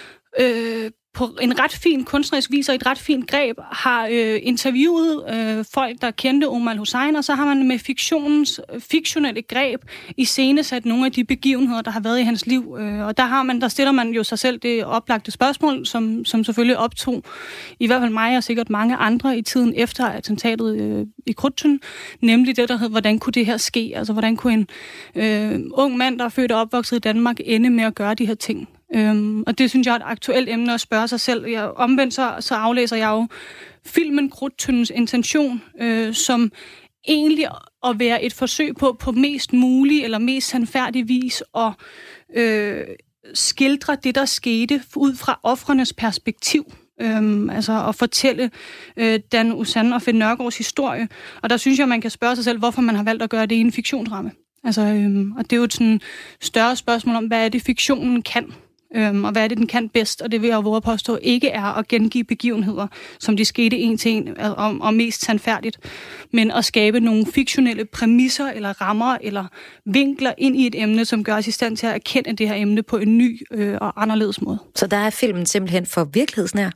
Øh, på en ret fin kunstnerisk vis og et ret fint greb har øh, interviewet øh, folk, der kendte Omar el-Hussein, og så har man med fiktionens fiktionelle greb iscenesat nogle af de begivenheder, der har været i hans liv. Øh, og der har man, der stiller man jo sig selv det oplagte spørgsmål, som, som selvfølgelig optog i hvert fald mig og sikkert mange andre i tiden efter attentatet øh, i Krudttønden, nemlig det, der hed, hvordan kunne det her ske? Altså, hvordan kunne en øh, ung mand, der er født og opvokset i Danmark, ende med at gøre de her ting? Øhm, og det synes jeg er et aktuelt emne at spørge sig selv. Jeg, omvendt så, så aflæser jeg jo filmen Krudttøndens intention, øh, som egentlig at være et forsøg på på mest mulig eller mest sandfærdig vis at øh, skildre det, der skete ud fra ofrenes perspektiv. Øhm, altså at fortælle øh, Dan Uzan og Finn Nørgaards historie. Og der synes jeg, man kan spørge sig selv, hvorfor man har valgt at gøre det i en fiktionsramme. Altså, øhm, og det er jo et sådan større spørgsmål om, hvad er det, fiktionen kan? Øhm, og hvad er det, den kan bedst, og det vil jeg våge påstå ikke er at gengive begivenheder, som de skete en til en, og, og mest sandfærdigt, men at skabe nogle fiktionelle præmisser, eller rammer, eller vinkler ind i et emne, som gør os i stand til at erkende det her emne på en ny øh, og anderledes måde. Så der er filmen simpelthen for virkelighedsnær?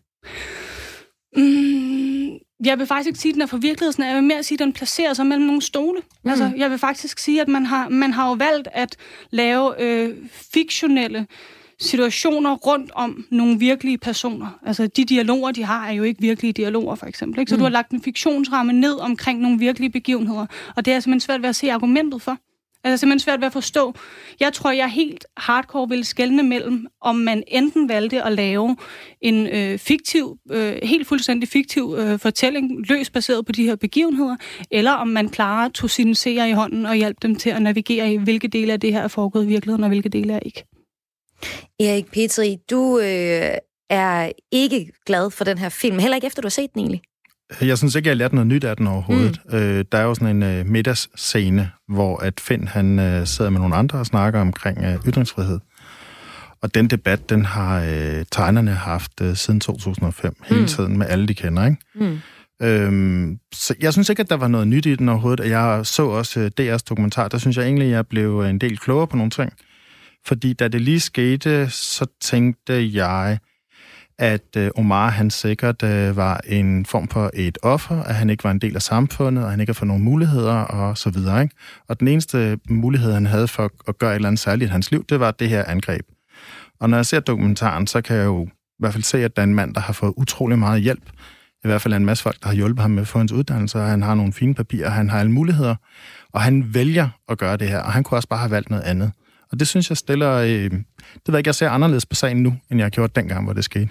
Mm, jeg vil faktisk ikke sige, at den er for virkelighedsnær. Jeg vil mere sige, at den placerer sig mellem nogle stole. Mm. Altså, jeg vil faktisk sige, at man har, man har jo valgt at lave øh, fiktionelle situationer rundt om nogle virkelige personer. Altså, de dialoger, de har, er jo ikke virkelige dialoger, for eksempel. Ikke? Så mm. du har lagt en fiktionsramme ned omkring nogle virkelige begivenheder, og det er simpelthen svært ved at se argumentet for. Altså, simpelthen svært ved at forstå. Jeg tror, jeg helt hardcore ville skelne mellem, om man enten valgte at lave en øh, fiktiv, øh, helt fuldstændig fiktiv øh, fortælling, løst baseret på de her begivenheder, eller om man klarer tog sine seere i hånden og hjælpe dem til at navigere i, hvilke dele af det her er foregået i virkeligheden, og hvilke dele er ikke. Erik Petri, du øh, er ikke glad for den her film, heller ikke efter du har set den egentlig. Jeg synes ikke, jeg har lært noget nyt af den overhovedet. Mm. Øh, der er jo sådan en øh, middagsscene, hvor at Finn han øh, sidder med nogle andre og snakker omkring øh, ytringsfrihed. Og den debat, den har øh, tegnerne haft øh, siden to tusind og fem, hele mm. tiden med alle, de kender, ikke? Mm. Øhm, så jeg synes ikke, at der var noget nyt i den overhovedet. Jeg så også øh, D R's dokumentar, der synes jeg egentlig, at jeg blev en del klogere på nogle ting. Fordi da det lige skete, så tænkte jeg, at øh, Omar, han sikkert øh, var en form for et offer, at han ikke var en del af samfundet, og han ikke har fået nogle muligheder, og så videre, ikke? Og den eneste mulighed, han havde for at gøre et eller andet særligt i hans liv, det var det her angreb. Og når jeg ser dokumentaren, så kan jeg jo i hvert fald se, at der er en mand, der har fået utrolig meget hjælp. I hvert fald en masse folk, der har hjulpet ham med at få hans uddannelse, og han har nogle fine papirer, han har alle muligheder, og han vælger at gøre det her, og han kunne også bare have valgt noget andet. Og det synes jeg stiller... Øh, det ved ikke, jeg ser anderledes på sagen nu, end jeg gjorde dengang, hvor det skete.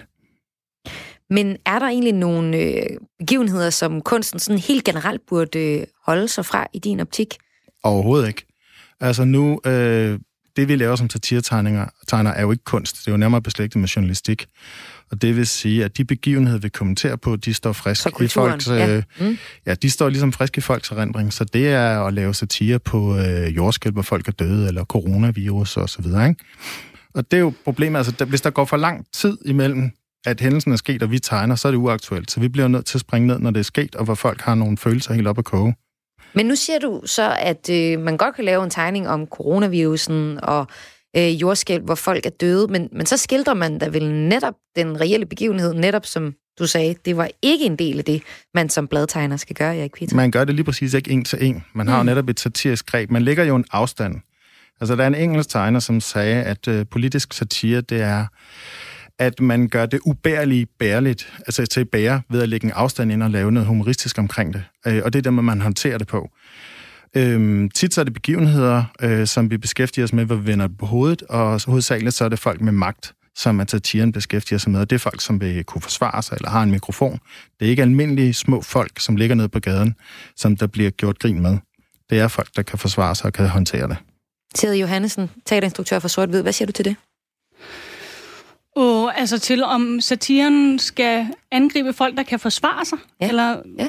Men er der egentlig nogle øh, begivenheder, som kunsten sådan helt generelt burde øh, holde sig fra i din optik? Overhovedet ikke. Altså nu, øh, det vi laver som satiretegninger tegner, er jo ikke kunst. Det er jo nærmere beslægtet med journalistik. Og det vil sige, at de begivenheder, vi kommenterer på, de står frisk i folks... Øh, ja. Mm. ja, de står ligesom frisk i folks erindring. Så det er at lave satire på øh, jordskælv, hvor folk er døde, eller coronavirus og så videre, ikke? Og det er jo problemet, altså der, hvis der går for lang tid imellem, at hændelsen er sket, og vi tegner, så er det uaktuelt. Så vi bliver nødt til at springe ned, når det er sket, og hvor folk har nogle følelser helt op at koge. Men nu siger du så, at øh, man godt kan lave en tegning om coronavirusen og øh, jordskælv, hvor folk er døde, men, men så skildrer man da vel netop den reelle begivenhed, netop som du sagde, det var ikke en del af det, man som bladtegner skal gøre, Erik Petri. Man gør det lige præcis ikke en til en. Man har mm. jo netop et satirisk greb. Man lægger jo en afstand. Altså, der er en engelsk tegner, som sagde, at øh, politisk satire, det er, at man gør det ubærlige bærligt, altså til at bære, ved at lægge en afstand ind og lave noget humoristisk omkring det. Øh, og det er der, man håndterer det på. Øh, tit så er det begivenheder, øh, som vi beskæftiger os med, hvor vi vender det på hovedet, og hovedsageligt så er det folk med magt, som at satiren beskæftiger sig med, og det er folk, som vil kunne forsvare sig, eller har en mikrofon. Det er ikke almindelige små folk, som ligger nede på gaden, som der bliver gjort grin med. Det er folk, der kan forsvare sig og kan håndtere det. Thierry Johannessen, teaterinstruktør for Sort-Hvid. Hvad siger du til det? Og altså til, om satiren skal angribe folk, der kan forsvare sig? Ja. Eller... ja.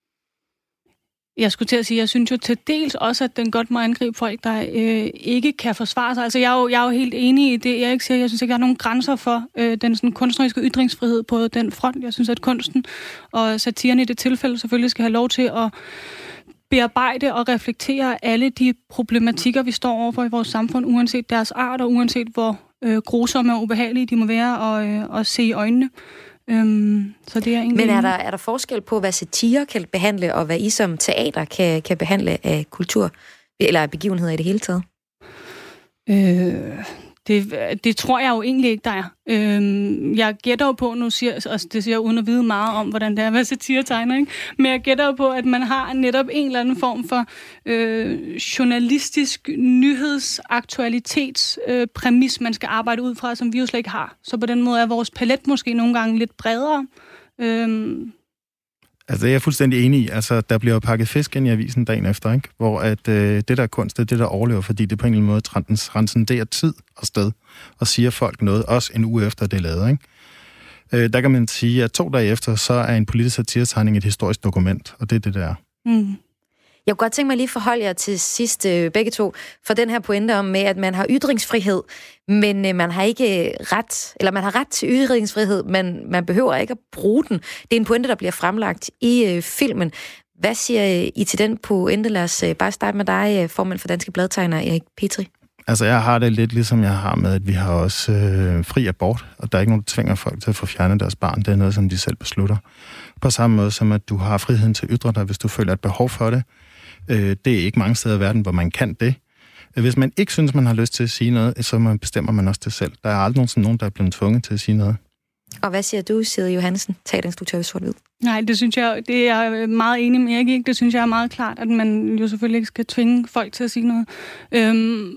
Jeg skulle til at sige, jeg synes jo til dels også, at den godt må angribe folk, der øh, ikke kan forsvare sig. Altså, jeg er, jo, jeg er jo helt enig i det, jeg ikke siger. Jeg synes ikke, der er nogen grænser for øh, den sådan, kunstneriske ytringsfrihed på den front. Jeg synes, at kunsten og satiren i det tilfælde selvfølgelig skal have lov til at bearbejde og reflektere alle de problematikker, vi står overfor i vores samfund, uanset deres art og uanset hvor øh, grusomme og ubehagelige de må være og, øh, og se i øjnene. Øhm, så det er egentlig... Men er der, er der forskel på, hvad satire kan behandle, og hvad I som teater kan, kan behandle af kultur, eller af begivenheder i det hele taget? Øh, det, det tror jeg jo egentlig ikke, der er. Øh, jeg gætter jo på, nu siger, altså det siger jeg uden at vide meget om, hvordan det er, hvad satire tegner, ikke? Men jeg gætter jo på, at man har netop en eller anden form for øh, journalistisk nyhedsaktualitetspræmis, øh, man skal arbejde ud fra, som vi jo slet ikke har. Så på den måde er vores palet måske nogle gange lidt bredere. Øh, Altså, jeg er fuldstændig enig i. Altså, der bliver jo pakket fisk ind i avisen dagen efter, ikke? Hvor at, øh, det, der er kunst, det er det, der overlever, fordi det på en eller anden måde transcenderer tid og sted, og siger folk noget, også en uge efter det er lavet, ikke? Øh, der kan man sige, at to dage efter, så er en politisk satiretegning et historisk dokument, og det er det, der er. Mm. Jeg kunne godt tænke mig lige at forholde jer til sidst, øh, begge to, for den her pointe om, med, at man har ytringsfrihed, men øh, man har ikke ret, eller man har ret til ytringsfrihed, men man behøver ikke at bruge den. Det er en pointe, der bliver fremlagt i øh, filmen. Hvad siger I til den pointe? Lad os øh, bare starte med dig, formand for Danske Bladtegnere, Erik Petri. Altså, jeg har det lidt ligesom jeg har med, at vi har også øh, fri abort, og der er ikke nogen, der tvinger folk til at få fjernet deres barn. Det er noget, som de selv beslutter. På samme måde som, at du har friheden til at ytre dig, hvis du føler et behov for det. Øh, det er ikke mange steder i verden, hvor man kan det. Hvis man ikke synes, man har lyst til at sige noget, så bestemmer man også det selv. Der er aldrig nogensinde nogen, der er blevet tvunget til at sige noget. Og hvad siger du, Thierry Johannessen, teaterinstruktør i Sort-Hvid? Nej, det synes jeg, det er jeg meget enig med Erik. Det synes jeg er meget klart, at man jo selvfølgelig ikke skal tvinge folk til at sige noget. Øhm,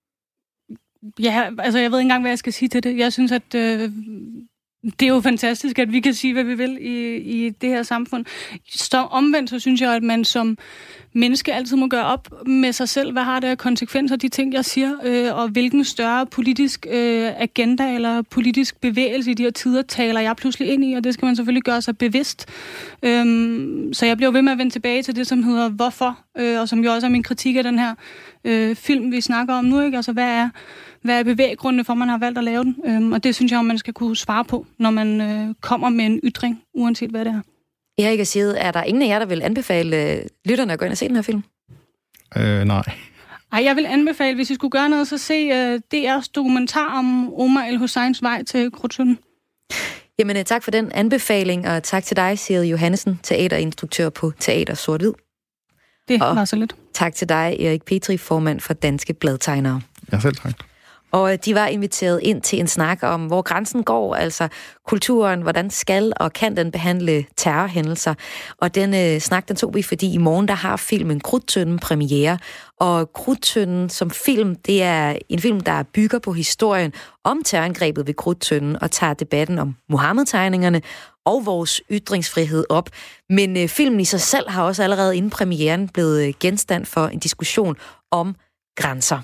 ja, altså jeg ved ikke engang, hvad jeg skal sige til det. Jeg synes, at øh, det er jo fantastisk, at vi kan sige, hvad vi vil i, i det her samfund. Så omvendt, så synes jeg, at man som menneske altid må gøre op med sig selv, hvad har det af konsekvenser, de ting, jeg siger, øh, og hvilken større politisk øh, agenda eller politisk bevægelse i de her tider taler jeg pludselig ind i, og det skal man selvfølgelig gøre sig bevidst. Øhm, så jeg bliver ved med at vende tilbage til det, som hedder hvorfor, øh, og som jo også er min kritik af den her øh, film, vi snakker om nu, ikke? Altså, hvad er Hvad er bevæggrundene for, at man har valgt at lave den? Øhm, og det synes jeg, man skal kunne svare på, når man øh, kommer med en ytring, uanset hvad det er. Erik og Sigrid, er der ingen af jer, der vil anbefale øh, lytterne at gå ind og se den her film? Øh, nej. Ej, jeg vil anbefale, hvis I skulle gøre noget, så se øh, D R's dokumentar om Omar El-Husseins vej til Krudttønden. Jamen, øh, tak for den anbefaling, og tak til dig, Thierry Johannessen, teaterinstruktør på Teater Sort-Hvid. Det var så lidt. Tak til dig, Erik Petri, formand for Danske Bladtegnere. Ja, selv tak. Og de var inviteret ind til en snak om, hvor grænsen går, altså kulturen, hvordan skal og kan den behandle terrorhændelser. Og den øh, snak, den tog vi, fordi i morgen, der har filmen Krudttønden premiere. Og Krudttønden som film, det er en film, der bygger på historien om terrorangrebet ved Krudttønden og tager debatten om Muhammed-tegningerne og vores ytringsfrihed op. Men øh, filmen i sig selv har også allerede inden premieren blevet genstand for en diskussion om grænser.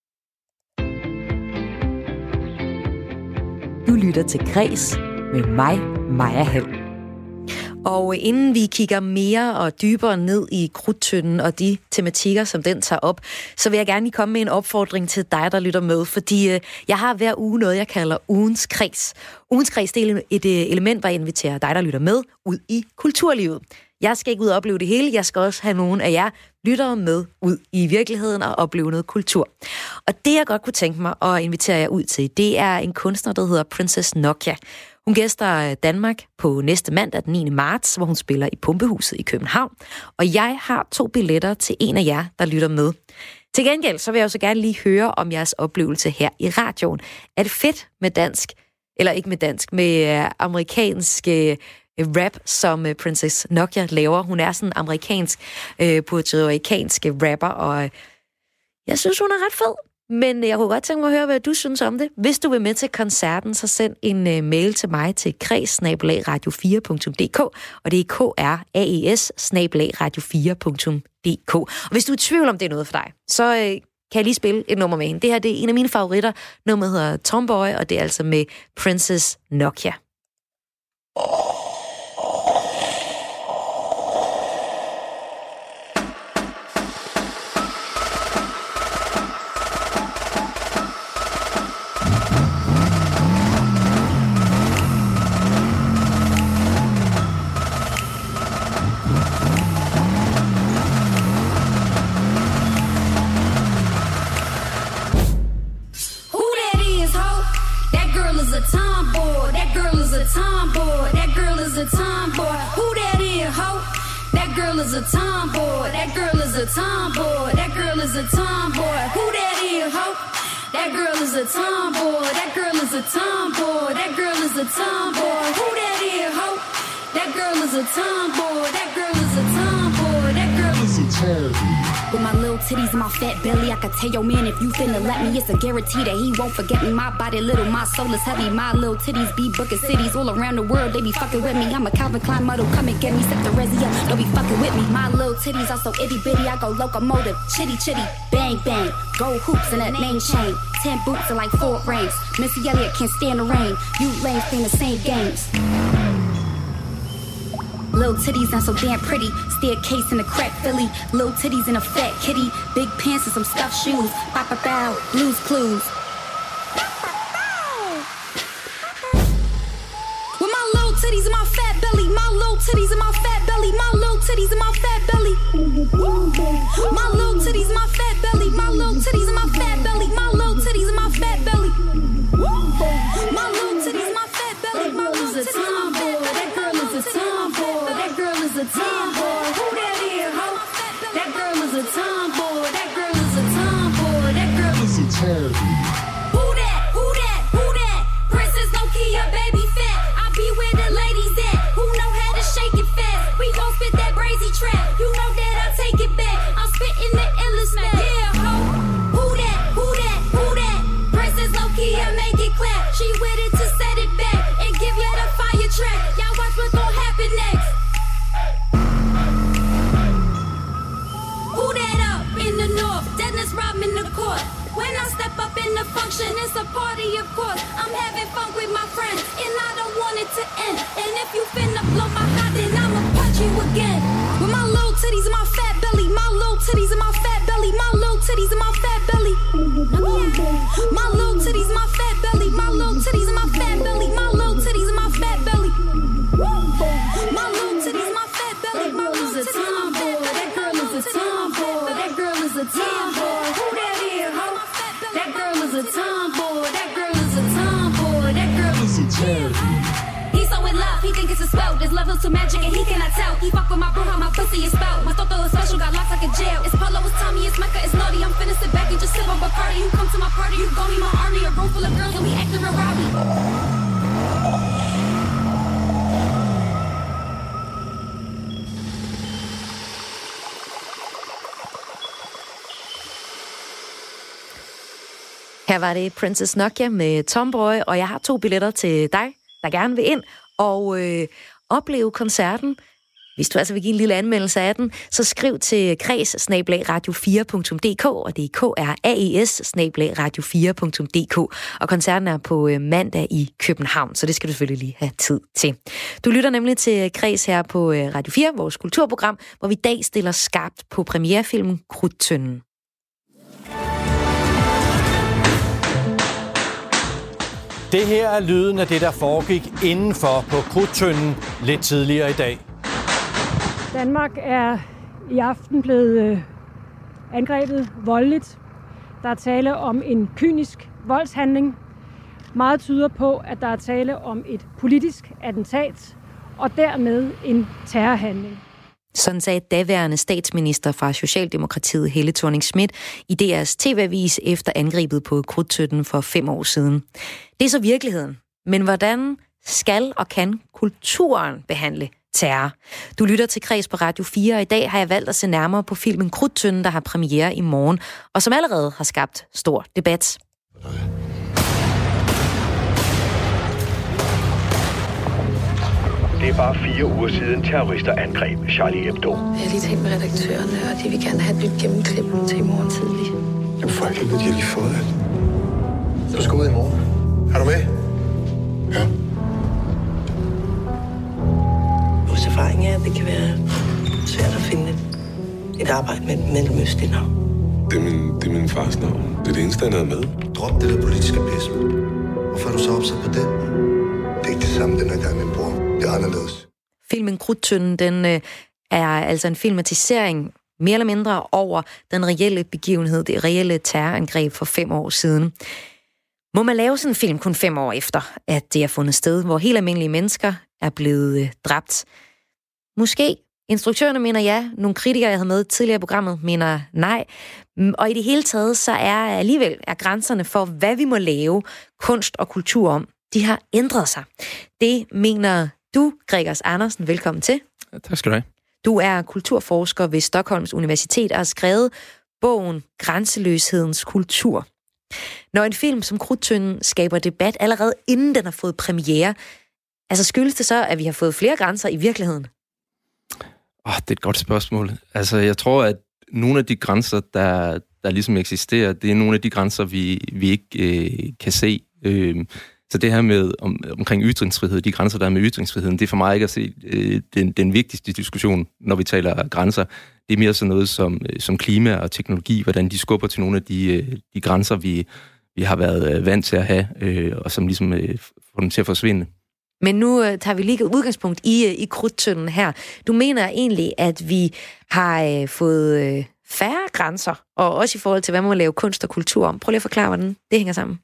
Du lytter til Græs med mig, Maja Hall. Og inden vi kigger mere og dybere ned i Krudttønden og de tematikker, som den tager op, så vil jeg gerne lige komme med en opfordring til dig, der lytter med, fordi øh, jeg har hver uge noget, jeg kalder ugens kreds. Ugens kreds, det er et element, hvor jeg inviterer dig, der lytter med, ud i kulturlivet. Jeg skal ikke ud og opleve det hele, jeg skal også have nogen af jer lyttere med ud i virkeligheden og opleve noget kultur. Og det, jeg godt kunne tænke mig at invitere jer ud til, det er en kunstner, der hedder Princess Nokia. Hun gæster Danmark på næste mandag den niende marts, hvor hun spiller i Pumpehuset i København. Og jeg har to billetter til en af jer, der lytter med. Til gengæld, så vil jeg også gerne lige høre om jeres oplevelse her i radioen. Er det fedt med dansk, eller ikke med dansk, med uh, amerikansk uh, rap, som uh, Princess Nokia laver? Hun er sådan en amerikansk, uh, puertoricansk rapper, og uh, jeg synes, hun er ret fed. Men jeg kunne godt tænke mig at høre, hvad du synes om det. Hvis du vil med til koncerten, så send en uh, mail til mig til kreds snabel-a radio fire punktum d k, og det er k r a e s snabel-a radio fire punktum d k. Og hvis du er i tvivl om det er noget for dig, så uh, kan jeg lige spille et nummer med hende. Det her det er en af mine favoritter. Nummeret hedder Tomboy, og det er altså med Princess Nokia. is a tomboy. That girl is a tomboy. That girl is a tomboy. Who that is, ho? That girl is a tomboy. That girl is a tomboy. That girl is a tomboy. Who that is, ho? That girl is a tomboy. That girl is a tomboy. That girl is a tomboy. With my little titties and my fat belly, I could tell your man if you finna let me, it's a guarantee that he won't forget me. My body little, my soul is heavy. My little titties be booking cities all around the world. They be fucking with me. I'm a Calvin Klein model, come and get me. Set the resi up, don't be fucking with me. My little titties are so itty bitty, I go locomotive, chitty chitty, bang bang. Gold hoops and that name chain. Ten boots and like four rings. Missy Elliott can't stand the rain. You lames playing the same games. Little titties not so damn pretty. Staircase in a crack Philly. Little titties in a fat kitty. Big pants and some stuffed shoes. Bow bow bow. Blues Clues. With my little titties and my fat belly. My little titties and my fat belly. My little titties and my fat belly. My little titties and my fat belly. My little titties and my fat belly. My little titties and my fat belly. My little titties and my fat belly. My little titties and my fat belly. That girl is a tomboy. That girl is a tomboy. Who that is, ho? That girl is a tomboy. That girl is a tomboy. That girl is a tomboy. Who that? Who that? Who that? Princess Nokia, baby fat. I be where the ladies at. Who know how to shake it fast? We gon' spit that brazy trap. You know that I take it back. I'm spitting the illest back. Yeah, ho. Who that? Who that? Who that? Princess Nokia, make it clap. She with it to set it back and give you the fire track. Y'all watch what gon' happen next. Who that up in the north? Dennis Rodman the court. When I step up in the function, it's a party, of course. I'm having fun with my friends, and I don't want it to end. And if you finna blow my hot, then I'ma punch you again. With my little titties and my fat belly, my little titties and my fat belly, my little titties and my fat belly. My little titties and my fat belly, my little titties and my fat belly, my little titties and my fat belly. My little titties and my fat belly, my little titties and my fat belly. That girl is a tomboy. That girl is a tomboy. Who that is, ho? That girl is a tomboy. That girl is a tomboy. That girl is a tomboy. He's so in love, he think it's a spell. This love is too magic and he cannot tell. He fuck with my bro, how my pussy is spelled. My toto is special, got locked like a jail. It's Polo, it's Tommy, it's Mecca, it's naughty. I'm finna sit back and just sip on Bacardi. You come to my party, you gon' be my army. A room full of girls and we acting real Robbie. Her var det Princess Nokia med Tomboy, og jeg har to billetter til dig, der gerne vil ind og øh, opleve koncerten. Hvis du altså vil give en lille anmeldelse af den, så skriv til kreds snabel-a radio fire punktum d k, og det er k r a e s snabel-a radio fire punktum d k. Og koncerten er på øh, mandag i København, så det skal du selvfølgelig lige have tid til. Du lytter nemlig til Kreds her på øh, Radio fire, vores kulturprogram, hvor vi i dag stiller skarpt på premierefilmen Krudttønden. Det her er lyden af det, der foregik indenfor på Krudttønden lidt tidligere i dag. Danmark er i aften blevet øh, angrebet voldeligt. Der er tale om en kynisk voldshandling. Meget tyder på, at der er tale om et politisk attentat og dermed en terrorhandling. Sådan sagde daværende statsminister fra Socialdemokratiet Helle Thorning-Schmidt i D R's T V-avis efter angrebet på Krudttønden for fem år siden. Det er så virkeligheden. Men hvordan skal og kan kulturen behandle terror? Du lytter til Kreds på Radio fire, og i dag har jeg valgt at se nærmere på filmen Krudttønden, der har premiere i morgen, og som allerede har skabt stor debat. Det er bare fire uger siden terrorister angreb Charlie Hebdo. Jeg har lige talt med redaktørerne, og de vil gerne have et nyt gennemklip til i morgen tidlig. Jamen for helvede, de har lige fået det. Så du skal ud i morgen. Er du med? Ja. Vores erfaring er, at det kan være svært at finde et arbejde med et mellemøstligt navn. Det er, min, det er min fars navn. Det er det eneste, han havde med. Drop det der politiske pis. Hvorfor er du så opsat på det? Det er ikke det samme, den her gang, min bror. Det er anderledes. Filmen Krudttønden, den øh, er altså en filmatisering mere eller mindre over den reelle begivenhed, det reelle terrorangreb for fem år siden. Må man lave sådan en film kun fem år efter, at det er fundet sted, hvor helt almindelige mennesker er blevet øh, dræbt? Måske. Instruktørerne mener ja. Nogle kritikere, jeg havde med tidligere i programmet, mener nej. Og i det hele taget, så er alligevel er grænserne for, hvad vi må lave kunst og kultur om, de har ændret sig. Det mener du, Gregers Andersen. Velkommen til. Ja, tak skal du have. Du er kulturforsker ved Stockholms Universitet og har skrevet bogen Grænseløshedens kultur. Når en film som Krudttønden skaber debat allerede inden den har fået premiere, altså skyldes det så, at vi har fået flere grænser i virkeligheden? Oh, det er et godt spørgsmål. Altså, jeg tror, at nogle af de grænser, der, der ligesom eksisterer, det er nogle af de grænser, vi, vi ikke øh, kan se. Øh, så det her med om, omkring ytringsfrihed, de grænser, der er med ytringsfriheden, det er for mig ikke at se øh, den, den vigtigste diskussion, når vi taler grænser. Det er mere sådan noget som, som klima og teknologi, hvordan de skubber til nogle af de, de grænser, vi, vi har været vant til at have, øh, og som ligesom øh, får dem til at forsvinde. Men nu øh, tager vi lige udgangspunkt i, i Krudttønden her. Du mener egentlig, at vi har øh, fået øh, færre grænser, og også i forhold til, hvad man må lave kunst og kultur om. Prøv lige at forklare, hvordan det hænger sammen.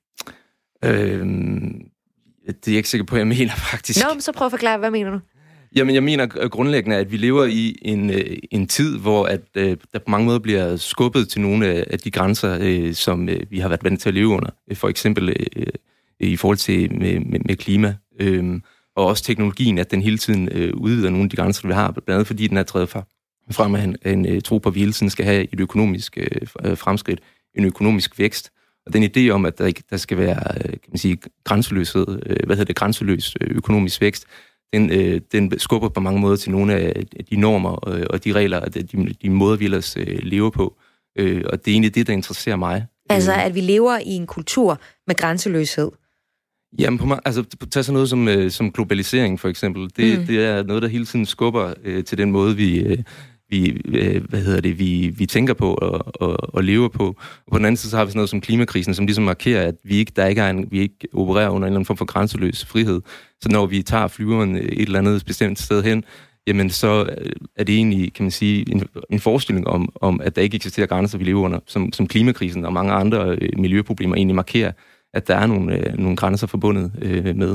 Øhm, det er jeg ikke sikker på, jeg mener faktisk. Nå, så prøv at forklare, hvad mener du? Jamen, jeg mener grundlæggende, at vi lever i en, en tid, hvor at, øh, der på mange måder bliver skubbet til nogle af de grænser, øh, som øh, vi har været vant til at leve under. For eksempel øh, i forhold til med, med, med klima, øh, og også teknologien, at den hele tiden øh, udvider nogle af de grænser, vi har, blandt andet fordi den er trædet frem af en, en, en tro på, at vi hele tiden skal have et økonomisk øh, fremskridt, en økonomisk vækst. Og den idé om, at der, ikke, der skal være kan man sige, grænseløshed, øh, hvad hedder det, grænseløs øh, økonomisk vækst, Den, øh, den skubber på mange måder til nogle af de normer øh, og de regler og de, de måder, vi ellers øh, lever på. Øh, og det er egentlig det, der interesserer mig. Altså, at vi lever i en kultur med grænseløshed? Jamen, på mig, altså, tag sådan noget som, øh, som globalisering, for eksempel. Det, mm. det er noget, der hele tiden skubber øh, til den måde, vi... Øh, vi, øh, hvad hedder det, vi, vi tænker på og, og, og lever på. Og på den anden side, så har vi sådan noget som klimakrisen, som ligesom markerer, at vi ikke, der ikke er en, vi ikke opererer under en eller anden form for grænseløs frihed. Så når vi tager flyveren et eller andet bestemt sted hen, jamen så er det egentlig, kan man sige, en, en forestilling om, om, at der ikke eksisterer grænser, vi lever under, som, som klimakrisen og mange andre øh, miljøproblemer egentlig markerer, at der er nogle, øh, nogle grænser forbundet øh, med.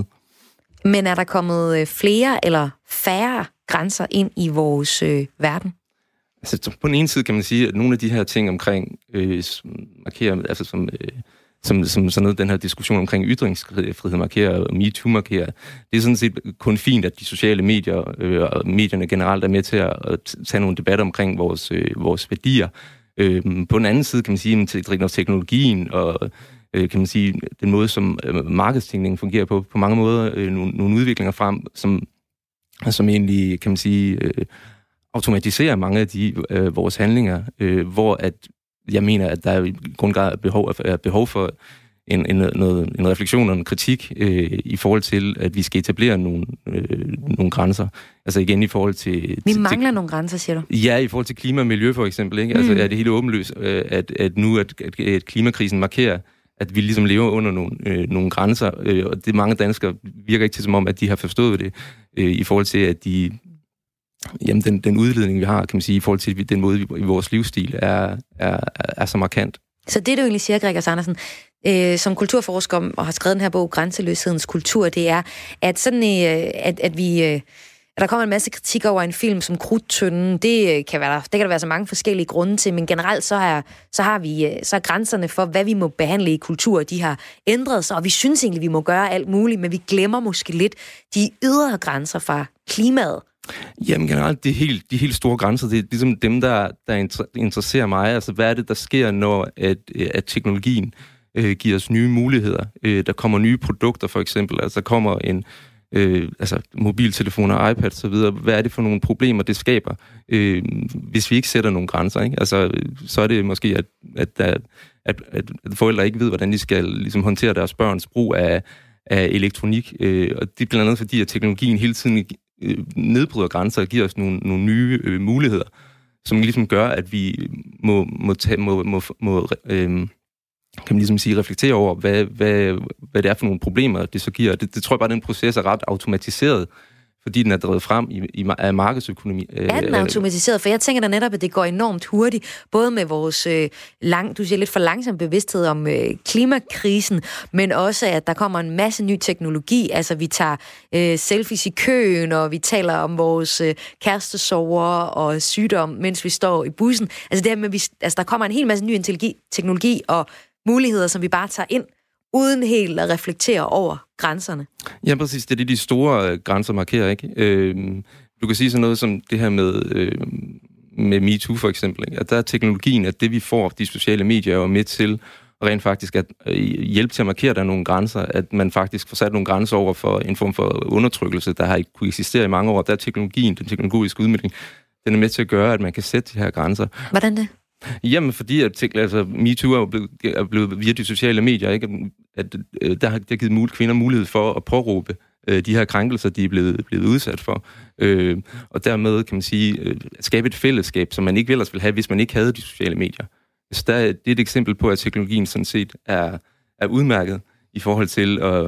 Men er der kommet flere eller færre grænser ind i vores øh, verden? Altså, på den ene side kan man sige, at nogle af de her ting omkring øh, markerer, altså som, øh, som, som sådan noget, den her diskussion omkring ytringsfrihed markerer, og MeToo markerer, det er sådan set kun fint, at de sociale medier øh, og medierne generelt er med til at, at tage nogle debatter omkring vores, øh, vores værdier. Øh, på den anden side kan man sige, at teknologien og øh, kan man sige, den måde, som øh, markedstænkningen fungerer på, på mange måder øh, nogle, nogle udviklinger frem, som, som egentlig, kan man sige, øh, automatiserer mange af de øh, vores handlinger, øh, hvor at jeg mener, at der er i grundgrad behov, er behov for en, en, noget, en refleksion og en kritik øh, i forhold til, at vi skal etablere nogle, øh, nogle grænser. Altså igen i forhold til... Vi til, mangler til, nogle grænser, siger du? Ja, i forhold til klima og miljø for eksempel. Ikke? Mm. Altså er det helt åbenlyst, øh, at, at nu at, at, at klimakrisen markerer, at vi ligesom lever under nogle, øh, nogle grænser, øh, og det mange danskere virker ikke til som om, at de har forstået det, øh, i forhold til, at de... Jamen, den, den udledning, vi har, kan man sige, i forhold til den måde, vi, i vores livsstil er, er, er så markant. Så det, du egentlig siger, Gregers Andersen, øh, som kulturforsker og har skrevet den her bog, Grænseløshedens kultur, det er, at, sådan, øh, at, at vi... Øh, at der kommer en masse kritik over en film som Krudttønden. Det kan, være, det kan der være så mange forskellige grunde til, men generelt så, er, så har vi så er grænserne for, hvad vi må behandle i kultur, de har ændret sig, og vi synes egentlig, vi må gøre alt muligt, men vi glemmer måske lidt de ydre grænser fra klimaet. Jamen generelt, de helt, de helt store grænser, det er ligesom dem, der, der interesserer mig. Altså, hvad er det, der sker, når at, at teknologien øh, giver os nye muligheder? Øh, der kommer nye produkter, for eksempel. Altså, der kommer en øh, altså, mobiltelefoner, iPad og så videre. Hvad er det for nogle problemer, det skaber, øh, hvis vi ikke sætter nogle grænser? Ikke? Altså, så er det måske, at, at, der, at, at forældre ikke ved, hvordan de skal ligesom, håndtere deres børns brug af, af elektronik. Øh, og det er blandt andet fordi, at teknologien hele tiden nedbryder grænser og giver os nogle, nogle nye øh, muligheder, som ligesom gør, at vi må, må, tage, må, må, må øh, kan man ligesom sige, reflektere over, hvad, hvad, hvad det er for nogle problemer, det så giver. Det, det tror jeg bare, den proces er ret automatiseret, fordi den er drevet frem i, i, af markedsøkonomi. Er den automatiseret? For jeg tænker da netop, at det går enormt hurtigt, både med vores øh, lang, du siger lidt for langsom bevidsthed om øh, klimakrisen, men også, at der kommer en masse ny teknologi. Altså, vi tager øh, selfies i køen, og vi taler om vores øh, kærestesorger og sygdom, mens vi står i bussen. Altså, det her med, vi, altså, der kommer en hel masse ny teknologi og muligheder, som vi bare tager ind, uden helt at reflektere over grænserne. Ja, præcis. Det er det, de store øh, grænser markerer, ikke? Øh, du kan sige sådan noget som det her med, øh, med MeToo for eksempel, ikke? At der er teknologien, at det vi får, de sociale medier, er med til rent faktisk at øh, hjælpe til at markere, der er nogle grænser, at man faktisk får sat nogle grænser over for en form for undertrykkelse, der har ikke kunne eksistere i mange år. Der er teknologien, den teknologiske udvikling, den er med til at gøre, at man kan sætte de her grænser. Hvordan det? Jamen, fordi at, altså, MeToo er blevet, er blevet via de sociale medier, ikke? At, at der har der givet mul- kvinder mulighed for at påråbe øh, de her krænkelser, de er blevet, blevet udsat for. Øh, og dermed, kan man sige, øh, skabe et fællesskab, som man ikke ellers ville have, hvis man ikke havde de sociale medier. Så der, det er et eksempel på, at teknologien sådan set er, er udmærket i forhold til øh,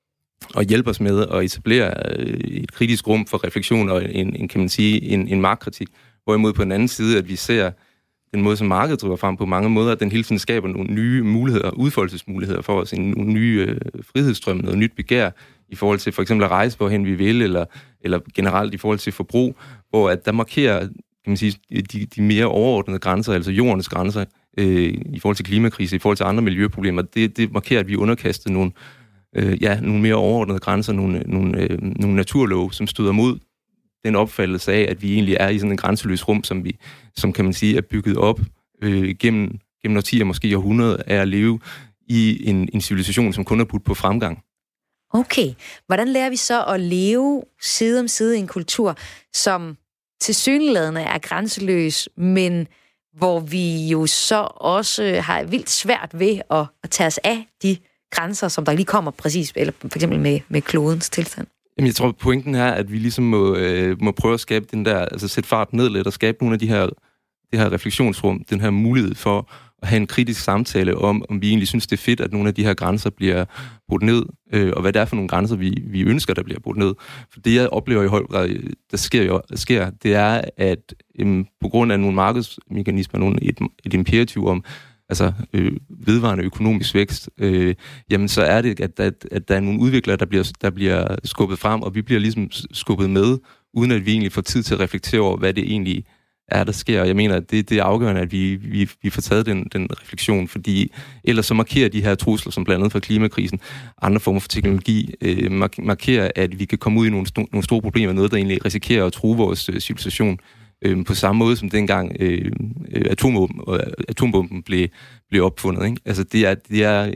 at hjælpe os med at etablere øh, et kritisk rum for refleksion og en, en, kan man sige, en, en magtkritik. Hvorimod på den anden side, at vi ser den måde, som markedet driver frem på mange måder, at den hele tiden skaber nogle nye muligheder, udfoldelsesmuligheder for os, nogle nye øh, frihedsstrømme, noget nyt begær i forhold til for eksempel at rejse, hvorhen vi vil, eller, eller generelt i forhold til forbrug, hvor at der markerer, kan man sige, de, de mere overordnede grænser, altså jordens grænser, øh, i forhold til klimakrise, i forhold til andre miljøproblemer, det, det markerer, at vi er underkastet nogle, øh, ja, nogle mere overordnede grænser, nogle, nogle, øh, nogle naturlove, som støder mod den opfattelse af, at vi egentlig er i sådan en grænseløs rum, som vi, som kan man sige, er bygget op øh, gennem, gennem årtier, måske århundreder, af at leve i en, en civilisation, som kun er budt på fremgang. Okay. Hvordan lærer vi så at leve side om side i en kultur, som tilsyneladende er grænseløs, men hvor vi jo så også har vildt svært ved at, at tage os af de grænser, som der lige kommer præcis, eller for eksempel med, med klodens tilstand? Jamen, jeg tror, pointen er, at vi ligesom må, øh, må prøve at skabe den der, altså sætte fart ned lidt og skabe nogle af de her, det her refleksionsrum, den her mulighed for at have en kritisk samtale om, om vi egentlig synes, det er fedt, at nogle af de her grænser bliver brudt ned, øh, og hvad det er for nogle grænser, vi, vi ønsker, der bliver brudt ned. For det, jeg oplever i høj grad, der sker, jo, sker det er, at øh, på grund af nogle markedsmekanismer, nogle, et, et imperativ om, altså øh, vedvarende økonomisk vækst, øh, jamen så er det, at, at, at der er nogle udviklere, der bliver, der bliver skubbet frem, og vi bliver ligesom skubbet med, uden at vi egentlig får tid til at reflektere over, hvad det egentlig er, der sker. Og jeg mener, at det, det er afgørende, at vi, vi, vi får taget den, den refleksion, fordi ellers så markerer de her trusler, som blandt andet fra klimakrisen, andre former for teknologi, øh, markerer, at vi kan komme ud i nogle, sto- nogle store problemer, noget, der egentlig risikerer at true vores øh, civilisation. Øh, på samme måde som dengang øh, atombomben, atombomben blev, blev opfundet. Ikke? Altså det er, det er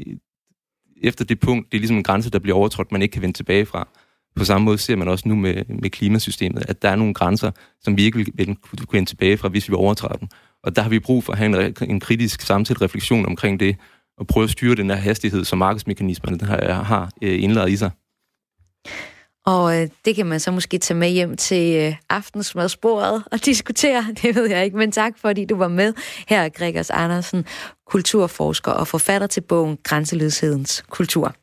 efter det punkt, det er ligesom en grænse, der bliver overtrådt, man ikke kan vende tilbage fra. På samme måde ser man også nu med, med klimasystemet, at der er nogle grænser, som vi ikke vil vende, kunne vende tilbage fra, hvis vi overtræder dem. Og der har vi brug for at have en, en kritisk samtidig refleksion omkring det, og prøve at styre den her hastighed, som markedsmekanismerne har, har indlejet i sig. Og øh, det kan man så måske tage med hjem til øh, aftensmadsbordet og diskutere, det ved jeg ikke. Men tak, fordi du var med her, Gregers Andersen, kulturforsker og forfatter til bogen Grænseløshedens kultur.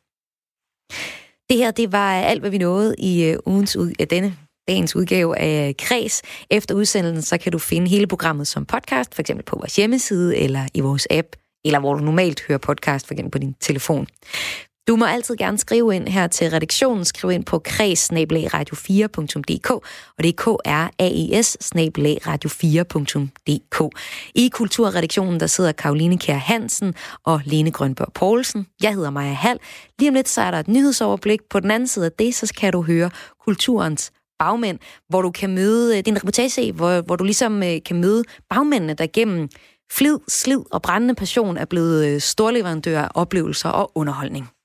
Det her, det var alt, hvad vi nåede i øh, ugens ud, ja, denne dagens udgave af Kreds. Efter udsendelsen, så kan du finde hele programmet som podcast, for eksempel på vores hjemmeside eller i vores app, eller hvor du normalt hører podcast, for eksempel på din telefon. Du må altid gerne skrive ind her til redaktionen. Skriv ind på kreds bindestreg radio fire punktum d k, og det er k r a e s bindestreg radio fire punktum d k. I kulturredaktionen, der sidder Karoline Kjær Hansen og Lene Grønborg Poulsen. Jeg hedder Maja Hall. Lige om lidt, så er der et nyhedsoverblik. På den anden side af det, så kan du høre kulturens bagmænd, hvor du kan møde din reportage, hvor, hvor du ligesom kan møde bagmændene, der gennem flid, slid og brændende passion er blevet storleverandører af oplevelser og underholdning.